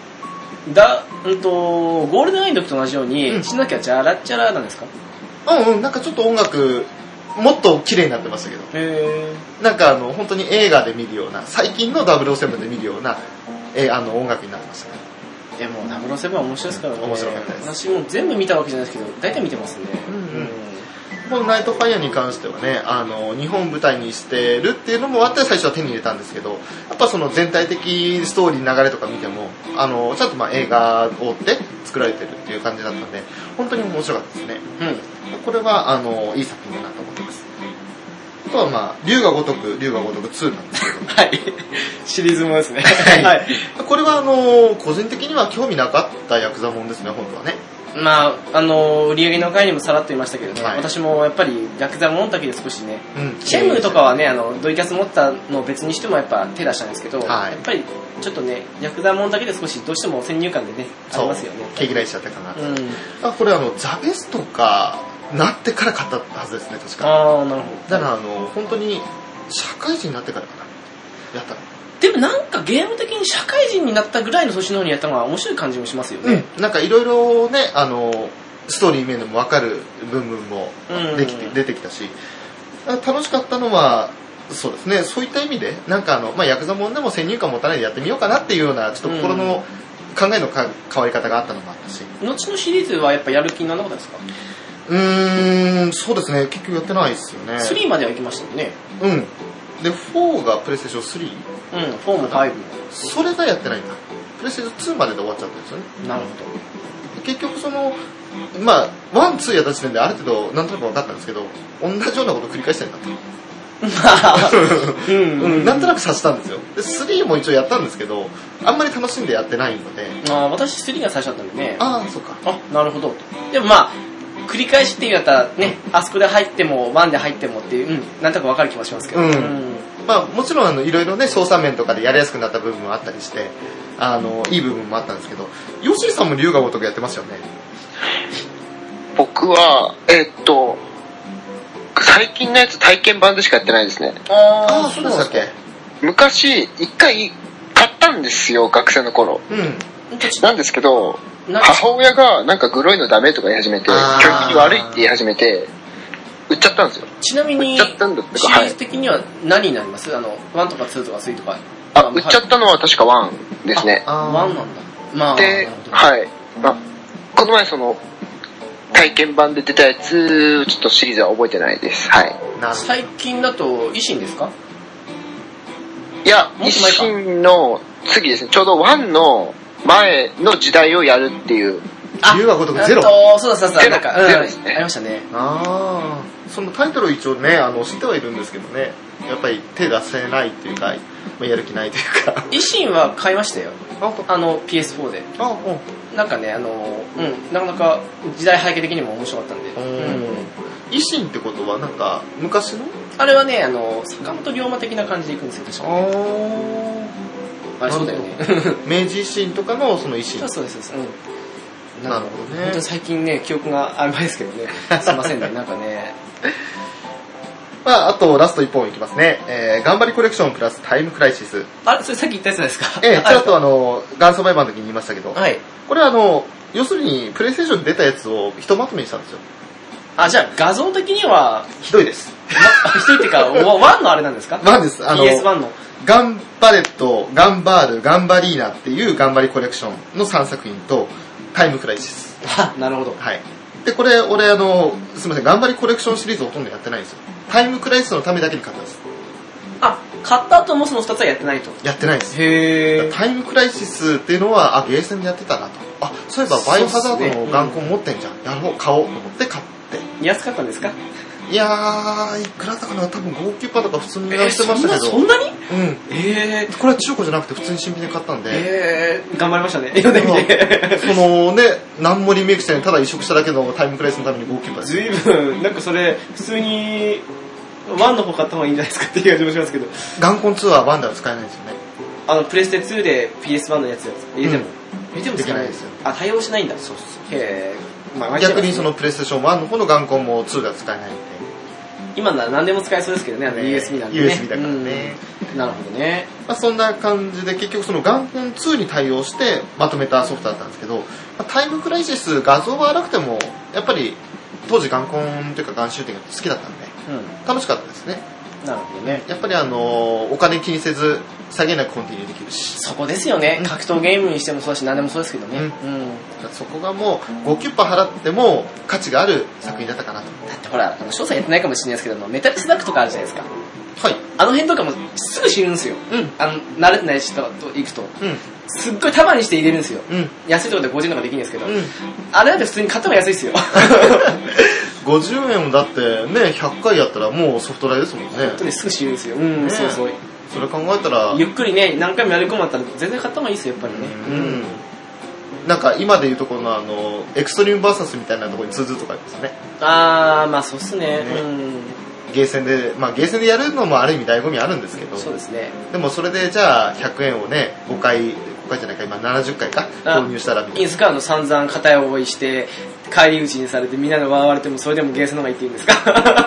ールデンアイの時と同じように、しなきゃチャラチャラなんですか？ なんかちょっと音楽もっと綺麗になってましたけど、なんか本当に映画で見るような、最近の007で見るような音楽になってましたね。 でも007は面白いですからね。 面白かったです。 私も全部見たわけじゃないですけど、大体見てますね。 このナイトファイヤーに関してはね、日本舞台にしてるっていうのもあって最初は手に入れたんですけど、やっぱ全体的ストーリー流れとか見てもちゃんとまあ映画を追って作られてるっていう感じだったので、本当に面白かったですね。これはいい作品だなと思ってます。あとはまあ龍が如く2なんですけどはいシリーズもですねはい、これは個人的には興味なかったヤクザもんですね、本当はね。 まあ売り上げの回にもさらっと言いましたけどね、私もやっぱりヤクザもんだけで少しね、チェムとかはねドイキャス持ったのを別にしてもやっぱ手出したんですけど、やっぱりちょっとねヤクザもんだけで少しどうしても先入観でねありますよね。 毛嫌いしちゃったかな。これザベストかなってから買ったはずですね、確か。 なるほど。 だから本当に社会人になってからかなやったの。 でもなんかゲーム的に社会人になったぐらいの年の方にやったのが面白い感じもしますよね。 なんかいろいろねストーリー面でも分かる部分も出てきたし、楽しかったのはそうですね。そういった意味でなんかまあ、ヤクザもんでも先入観持たないでやってみようかなっていうようなちょっと心の考えの変わり方があったのもあったし、 後のシリーズはやっぱやる気にならなかったですか？ そうですね、結局やってないですよね。 3までは行きましたよね。 で4がプレイステーション3、 4も5もそれがやってないんだ。プレイステーション2までで終わっちゃったんですよね。 なるほど。結局まあ1、2やった時点である程度なんとなく分かったんですけど、同じようなことを繰り返してるんだとなんとなく察したんですよ。で3も一応やったんですけど、あんまり楽しんでやってないので。 私3が最初だったんでね。 そうか。 なるほど。でもまあ繰り返しっていうんだったらね、あそこで入っても1で入ってもっていう、なんとなく分かる気もしますけど、 まあもちろんいろいろね操作面とかでやりやすくなった部分もあったりして、いい部分もあったんですけど、ヨッシーさんも龍が如くやってますよね。 僕は最近のやつ体験版でしかやってないですね。 ああ、そうでしたっけ。 昔一回買ったんですよ、学生の頃。なんですけど、母親がなんかグロいのダメとか言い始めて、教育に悪いって言い始めて売っちゃったんですよ。 ちなみにシリーズ的には何になります？1とか2とか3とか。 売っちゃったのは確か1ですね。 1なんだ。まあで、はい。この前その体験版で出たやつ、ちょっとシリーズは覚えてないです。はい。 最近だと維新ですか？ いや、維新の次ですね。ちょうど1の前の時代をやるっていう。 龍が如くゼロ。 そうだなんかゼロですね。 ありましたね。 そのタイトル一応ね知ってはいるんですけどね、やっぱり手出せないっていうか、やる気ないというか。 維新は買いましたよ。PS4 で。なんかねなかなか時代背景的にも面白かったんで。 維新ってことはなんか昔の？ あれはね坂本龍馬的な感じでいくんですよ確かに。あれそうだよね。 明治維新とかのその維新。 そうです。 なるほどね。 本当に最近ね記憶が曖昧ですけどね。すいませんねなんかね。 あとラスト1本いきますね。頑張りコレクションプラスタイムクライシス。 あれそれさっき言ったやつですか？ ちらっとガンサバイバーの時に言いましたけど、これ要するにプレイステーションに出たやつをひとまとめにしたんですよ。 じゃあ画像的にはひどいです。 ひどいっていうか1のあれなんですか ？1です。 PS1 のガンバレット、ガンバール、ガンバリーナっていう頑張りコレクションの3作品とタイムクライシス。 なるほど。 はい。でこれ俺すみません、頑張りコレクションシリーズほとんどやってないんですよ。タイムクライシスのためだけに買ったんです。 買った後もその2つはやってないと？ やってないです。 へー。 タイムクライシスっていうのはゲーセンでやってたなと。そういえばバイオハザードの眼光持ってんじゃん、買おうと思って買って。 安かったんですか？ いやー、いくらだったかな、多分598とか普通に値段してましたけど。 そんなに？ これは中古じゃなくて普通に新品で買ったんで。 頑張りましたね。読んでみて。 何もリメイクしてない、ただ移植しただけのタイムクライシスのために598です。 随分、なんかそれ、普通に、1の方買った方がいいんじゃないですかっていう感じもしますけど。 ガンコン2は1では使えないですよね。 プレステ2で PS1 のやつ入れてもできないですよ。 対応しないんだ。 そう。 へー。逆にそのプレイステーション1の方のガンコンも2では使えないんで。 今なら何でも使えそうですけどね、USB なんでね。 USB だからね。 なるほどね。 そんな感じで結局そのガンコン2に対応してまとめたソフトだったんですけど、タイムクライシス画像は荒くてもやっぱり当時ガンコンというかガンシューティングが好きだったんで、楽しかったですね。 なるほどね。 やっぱりお金気にせず際限なくコンティニューできるし、 そこですよね。格闘ゲームにしてもそうだし何でもそうですけどね。 そこがもう5キュッパ払っても価値がある作品だったかなと。 だってほら詳細やってないかもしれないですけどメタルスナックとかあるじゃないですか。 はい。 あの辺とかもすぐ死ぬんですよ。慣れてない人と行くと、すっごい束にして入れるんですよ。安いところで50円とかできるんですけど、あれだって普通に買った方が安いですよ。 50円をだってね100回やったらもうソフト代ですもんね。 本当にすぐ死ぬんですよ。そう。 それ考えたらゆっくりね何回もやり込まったら全然買った方がいいですよやっぱりね。 なんか今でいうところのエクストリームバーサスみたいなところに通ずるとかありますよね。 まあそうっすね。 ゲーセンでゲーセンでやるのもある意味醍醐味あるんですけど、 そうですね。 でもそれでじゃあ100円をね5回じゃないか今70回か購入したらインスカーの散々片思いして帰り討ちにされてみんなで笑われてもそれでもゲーセンの方がいいって言うんですか？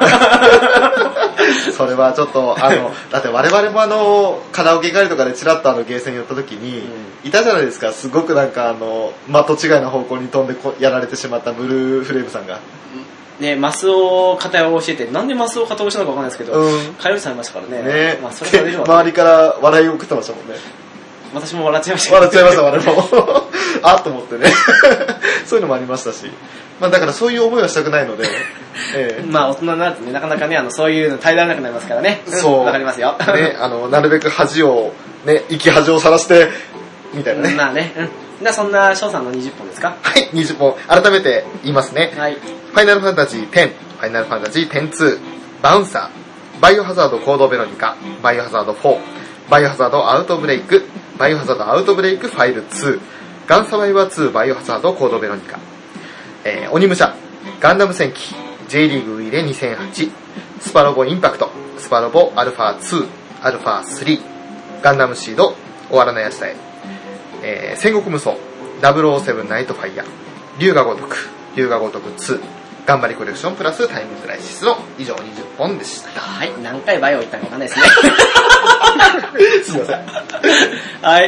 それはちょっとだって我々もカラオケ帰りとかでチラッとゲーセン寄った時に、いたじゃないですか。すごくなんか的違いな方向に飛んでやられてしまったブルーフレームさんがね、マスを片を教えてなんでマスを片をしたのかわかんないですけど、帰りされましたからね。それで周りから笑いを食ってましたもんね。 私も笑っちゃいました。 笑っちゃいました我も。あっと思ってね。そういうのもありましたし、だからそういう思いはしたくないので、 大人になるとねなかなかねそういうの耐えられなくなりますからね。 そうわかりますよ。 ねなるべく恥をね生き恥をさらしてみたいなね。 まあね。そんな翔さんの20本ですか？ はい、20本改めて言いますね。 はい。 ファイナルファンタジー10、ファイナルファンタジー10-2、バウンサー、バイオハザードコードベロニカ、バイオハザード4、バイオハザードアウトブレイク、バイオハザードアウトブレイクファイル2、ガンサバイバー2バイオハザードコードベロニカ、鬼武者、 ガンダム戦記 J リーグウイレ2008、スパロボインパクト、スパロボアルファ2、アルファ3、ガンダムシード終わらない明日へ、戦国無双007ナイトファイヤー、龍が如く2、頑張りコレクションプラスタイムクライシスの以上20本でした。 はい、何回バイオ言ったかわかんないですね。 すいません。 はい。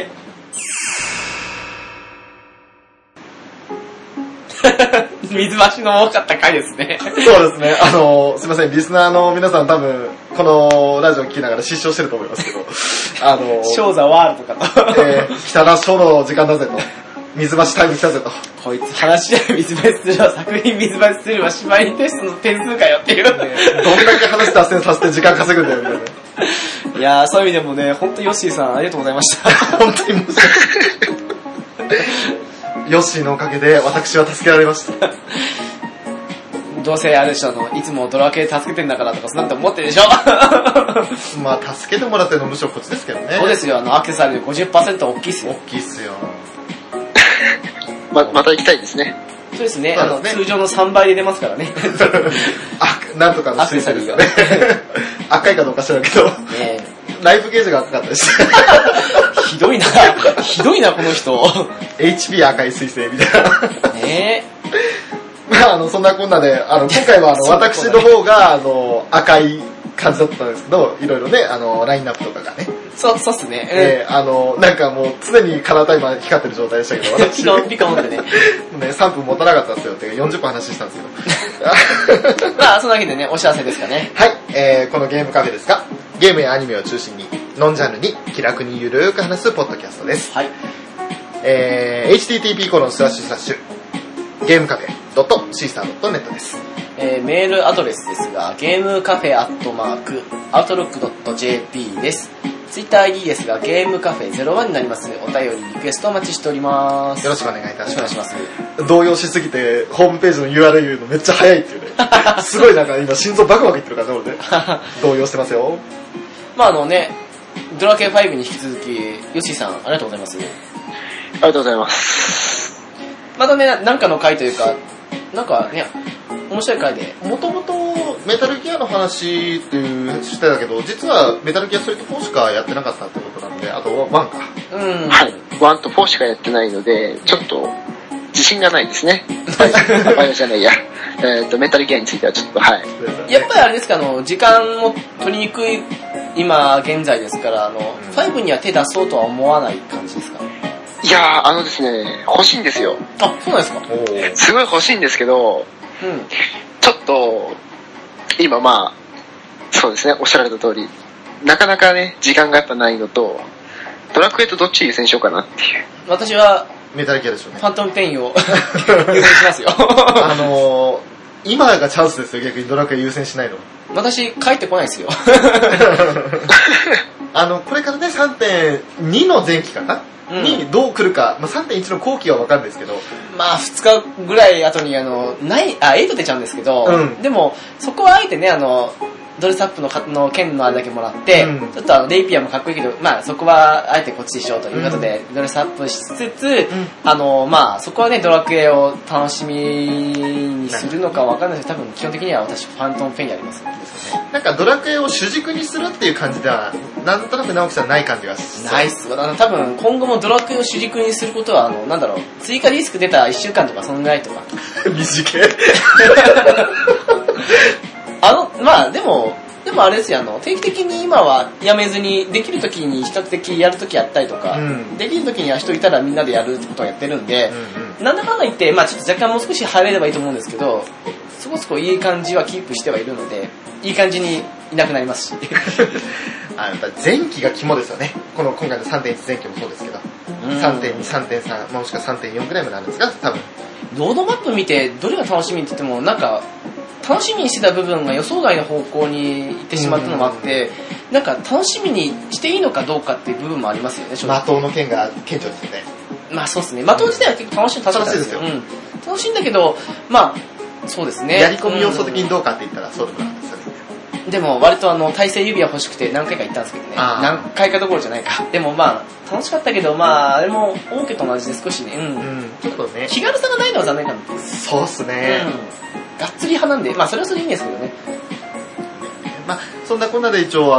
水増しの多かった回ですね。 そうですね。すいません、リスナーの皆さん多分、このラジオ聞きながら失笑してると思いますけど、 ショーザワールドかと。 北田書の時間だぜと。水増しタイム来たぜと。 こいつ話し合い水増しするわ、作品水増しするわ、芝居テストの点数かよっていう。ね、 どんだけ話達成させて時間稼ぐんだよみたいな。 いやー、そういう意味でもね、本当ヨッシーさんありがとうございました。 本当に申し訳ない。ヨッシーのおかげで私は助けられました。 どうせあれでしょ、いつもドラ系助けてんだからとかそんなこと思ってるでしょ。 まあ助けてもらってるのむしろこっちですけどね。 そうですよ、アクセサリー 50% 大きいっすよ。 大きいっすよ。 また行きたいですね。 そうですね、通常の3倍で出ますからね。 なんとかのアクセサリーが。 赤いかどうか知らんけど。ね、ライフゲージが赤かったです。 ひどいな、この人。 HP 赤い彗星みたいな。 ねえ。まあ、そんなこんなで、今回は私の方が、赤い感じだったんですけど、いろいろね、ラインナップとかがね。 そうっすね。 なんかもう常にカラータイマー光ってる状態でしたけど、私。 ピカンってね。 3分持たなかったんですよって40分話したんですけど。 まあ、そのわけでね、お知らせですかね。 はい、このゲームカフェですが、ゲームやアニメを中心に、ノンジャンルに気楽にゆるーく話すポッドキャストです。 はい。 http:// ゲームカフェ.cstar.net です。 メールアドレスですが、ゲームカフェ@outlook.jp です。ツイッター ID ですが、ゲームカフェ01になります。お便り、リクエストお待ちしております。 よろしくお願いいたします。 よろしくお願いします。 動揺しすぎて、ホームページの URL 言うのめっちゃ早いっていうね。すごいなんか今心臓バクバクいってるからね、俺ね。動揺してますよ。 まあドラケン5に引き続き、ヨッシーさん、ありがとうございます。 ありがとうございます。 またね、なんかの回というか、なんかね、面白い回で。 もともとメタルギアの話っていうしてたけど、実はメタルギアソリッド4しかやってなかったってことなので、あと1か。 はい。1と4しかやってないので、ちょっと自信がないですね。バイオじゃないや。メタルギアについてはちょっと、はい。 やっぱりあれですか、時間を取りにくい今現在ですから、5には手出そうとは思わない感じですか？ いやー、ですね、欲しいんですよ。 あ、そうなんですか？ すごい欲しいんですけど、ちょっと、今そうですね、おっしゃられた通り、なかなかね、時間がやっぱないのと、ドラクエとどっち優先しようかなっていう。 私は、 メタルギアでしょうね。 ファントムペインを優先しますよ。 今がチャンスですよ、逆にドラクエ優先しないの。 私、帰ってこないですよ。 これからね、3.2 の前期かな、にどう来るか、3.1 の後期は分かるんですけど、 2日ぐらい後に8出ちゃうんですけど、でもそこはあえてね、ドレスアップの剣のあれだけもらって、ちょっとレイピアもかっこいいけど、そこはあえてこっちでしょうということで、ドレスアップしつつ、そこはね、ドラクエを楽しみにするのかわかんないですけど、多分基本的には私ファントムペインやります。 なんかドラクエを主軸にするっていう感じでは、なんとなく直樹さんない感じがする。 ないっす。多分今後もドラクエを主軸にすることは、追加ディスク出た1週間とかそんぐらいとか。 短い。 でもあれですよ、定期的に今はやめずに、できるときに比較的やるときやったりとか、できるときには人いたらみんなでやるってことをやってるんで、なんだかんだ言って、ちょっと若干もう少し入れればいいと思うんですけど、そこそこいい感じはキープしてはいるので、いい感じにいなくなりますし。 やっぱ前期が肝ですよね。今回の 3.1 前期もそうですけど、3.2、3.3、もしくは 3.4 ぐらいまであるんですが、多分。 ロードマップ見て、どれが楽しみって言っても、楽しみにしてた部分が予想外の方向に行ってしまったのもあって、楽しみにしていいのかどうかっていう部分もありますよね、正直。 的の剣が顕著ですよね。 そうですね。的自体は結構楽しいですよ。楽しいんだけど、そうですね。 やり込み要素的にどうかって言ったらそうでもなかったですよね。 でも割と耐性指輪欲しくて何回か行ったんですけどね。何回かどころじゃないか。でも楽しかったけど、あれもオーケーと同じで少しね、 ちょっとね。 気軽さがないのは残念かな。 そうっすね。 がっつり派なんで、まあそれはそれでいいんですけどね。 まあそんなこんなで一応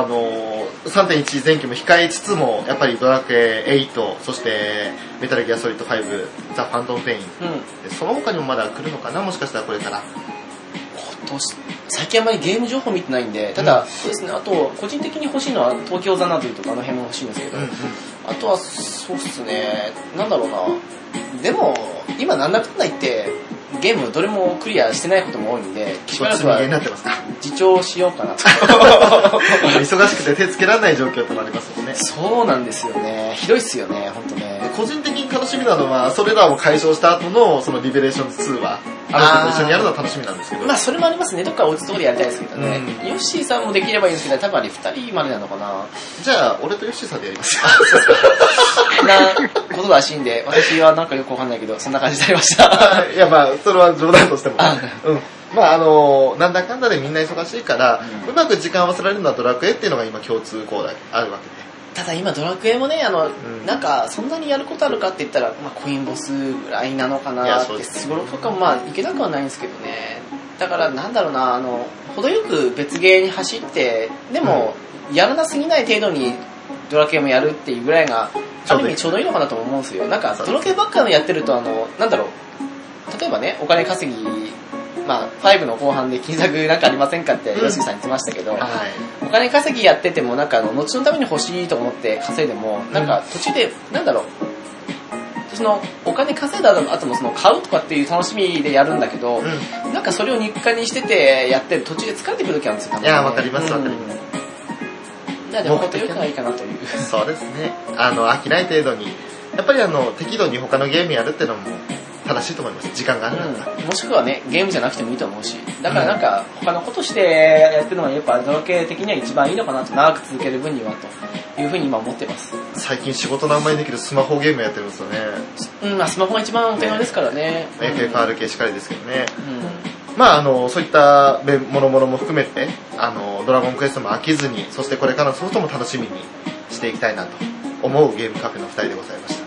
3.1 前期も控えつつも、やっぱりドラクエ8、そしてメタルギアソリッド5、ザ・ファントムペイン、でその他にもまだ来るのかな、もしかしたらこれから。 最近あんまりゲーム情報見てないんで、ただ、そうですね、あと個人的に欲しいのは東京ザナズリとかあの辺も欲しいんですけど、あとはそうっすね、なんだろうな、でも今なんだかんだ言ってゲームどれもクリアしてないことも多いんで、 しばらくは自重しようかなと忙しくて手つけられない状況となりますもんね。 そうなんですよね、ひどいっすよね、本当ね。 個人的に楽しみなのはそれらを解消した後のそのリベレーションズ2はある程度一緒にやるのは楽しみなんですけど、 まあそれもありますね、どっか落ち着くところでやりたいですけどね、ヨッシーさんもできればいいんですけど、多分あれ2人までなのかな。 じゃあ俺とヨッシーさんでやりますよなことらしいんで、私はなんかよくわかんないけどそんな感じになりましたいやまあそれは冗談としてもまあなんだかんだでみんな忙しいから、うまく時間を忘れられるのはドラクエっていうのが今共通項があるわけで、 ただ今ドラクエもね、なんかそんなにやることあるかって言ったら、まあ、コインボスぐらいなのかなって、スゴロクとかもまあいけなくはないんですけどね。だからなんだろうな、程よく別ゲーに走って、でも、やらなすぎない程度にドラクエもやるっていうぐらいがある意味ちょうどいいのかなと思うんですよ。なんかドラクエばっかりやってるとなんだろう、例えばね、お金稼ぎ、まあ、5の後半で金策なんかありませんかってヨシキさん言ってましたけど、お金稼ぎやっててもなんか後のために欲しいと思って稼いでも、なんか途中でなんだろう、そのお金稼いだ後もその買うとかっていう楽しみでやるんだけど、なんかそれを日課にしててやってる途中で疲れてくる時あるんですよ。 いやわかりますわかります。 でも程よくはいいかなという。 そうですね。飽きない程度に、やっぱり適度に他のゲームやるっていうのも正しいと思います。時間があるんだったら、 もしくはね、ゲームじゃなくてもいいと思うし、だからなんか他のことしてやってるのがやっぱドラクエ的には一番いいのかなと、長く続ける分にはというふうに今思ってます。 最近仕事何倍できるスマホゲームやってるんですよね。 まあスマホが一番お手軽ですからね。 FFR 系しかりですけどね。まあそういったもろもろも含めてドラゴンクエストも飽きずに、そしてこれからのソフトも楽しみにしていきたいなと思うゲームカフェの2人でございました。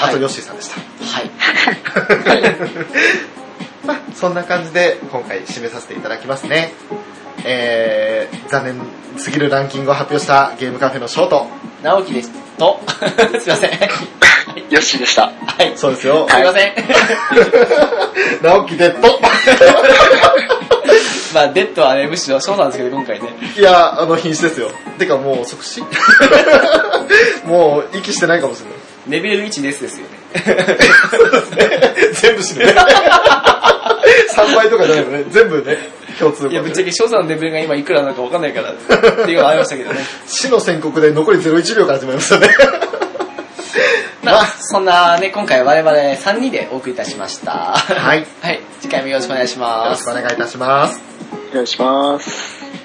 あとヨッシーさんでした。 はい。 まあそんな感じで今回締めさせていただきますね。残念すぎるランキングを発表したゲームカフェのショート直樹ですとすいません。 ヨッシーでした。 はい。 そうですよ。 すいません。 直樹デッド。 まあデッドはね、むしろそうなんですけど今回ね。 いや瀕死ですよ。てかもう即死。もう息してないかもしれない。 レベル1ですよね。 そうですね。全部死ぬね。3倍とかじゃないのね。全部ね。共通項、ね。 いやぶっちゃけ翔さんのレベルが今いくらなのか分かんないからっていうのがありましたけどね。 死の宣告で残り01秒から始まりましたね。 まあそんなね、今回我々3人でお送りいたしました。 はい。 はい。次回もよろしくお願いします。 よろしくお願いいたします。 お願いします。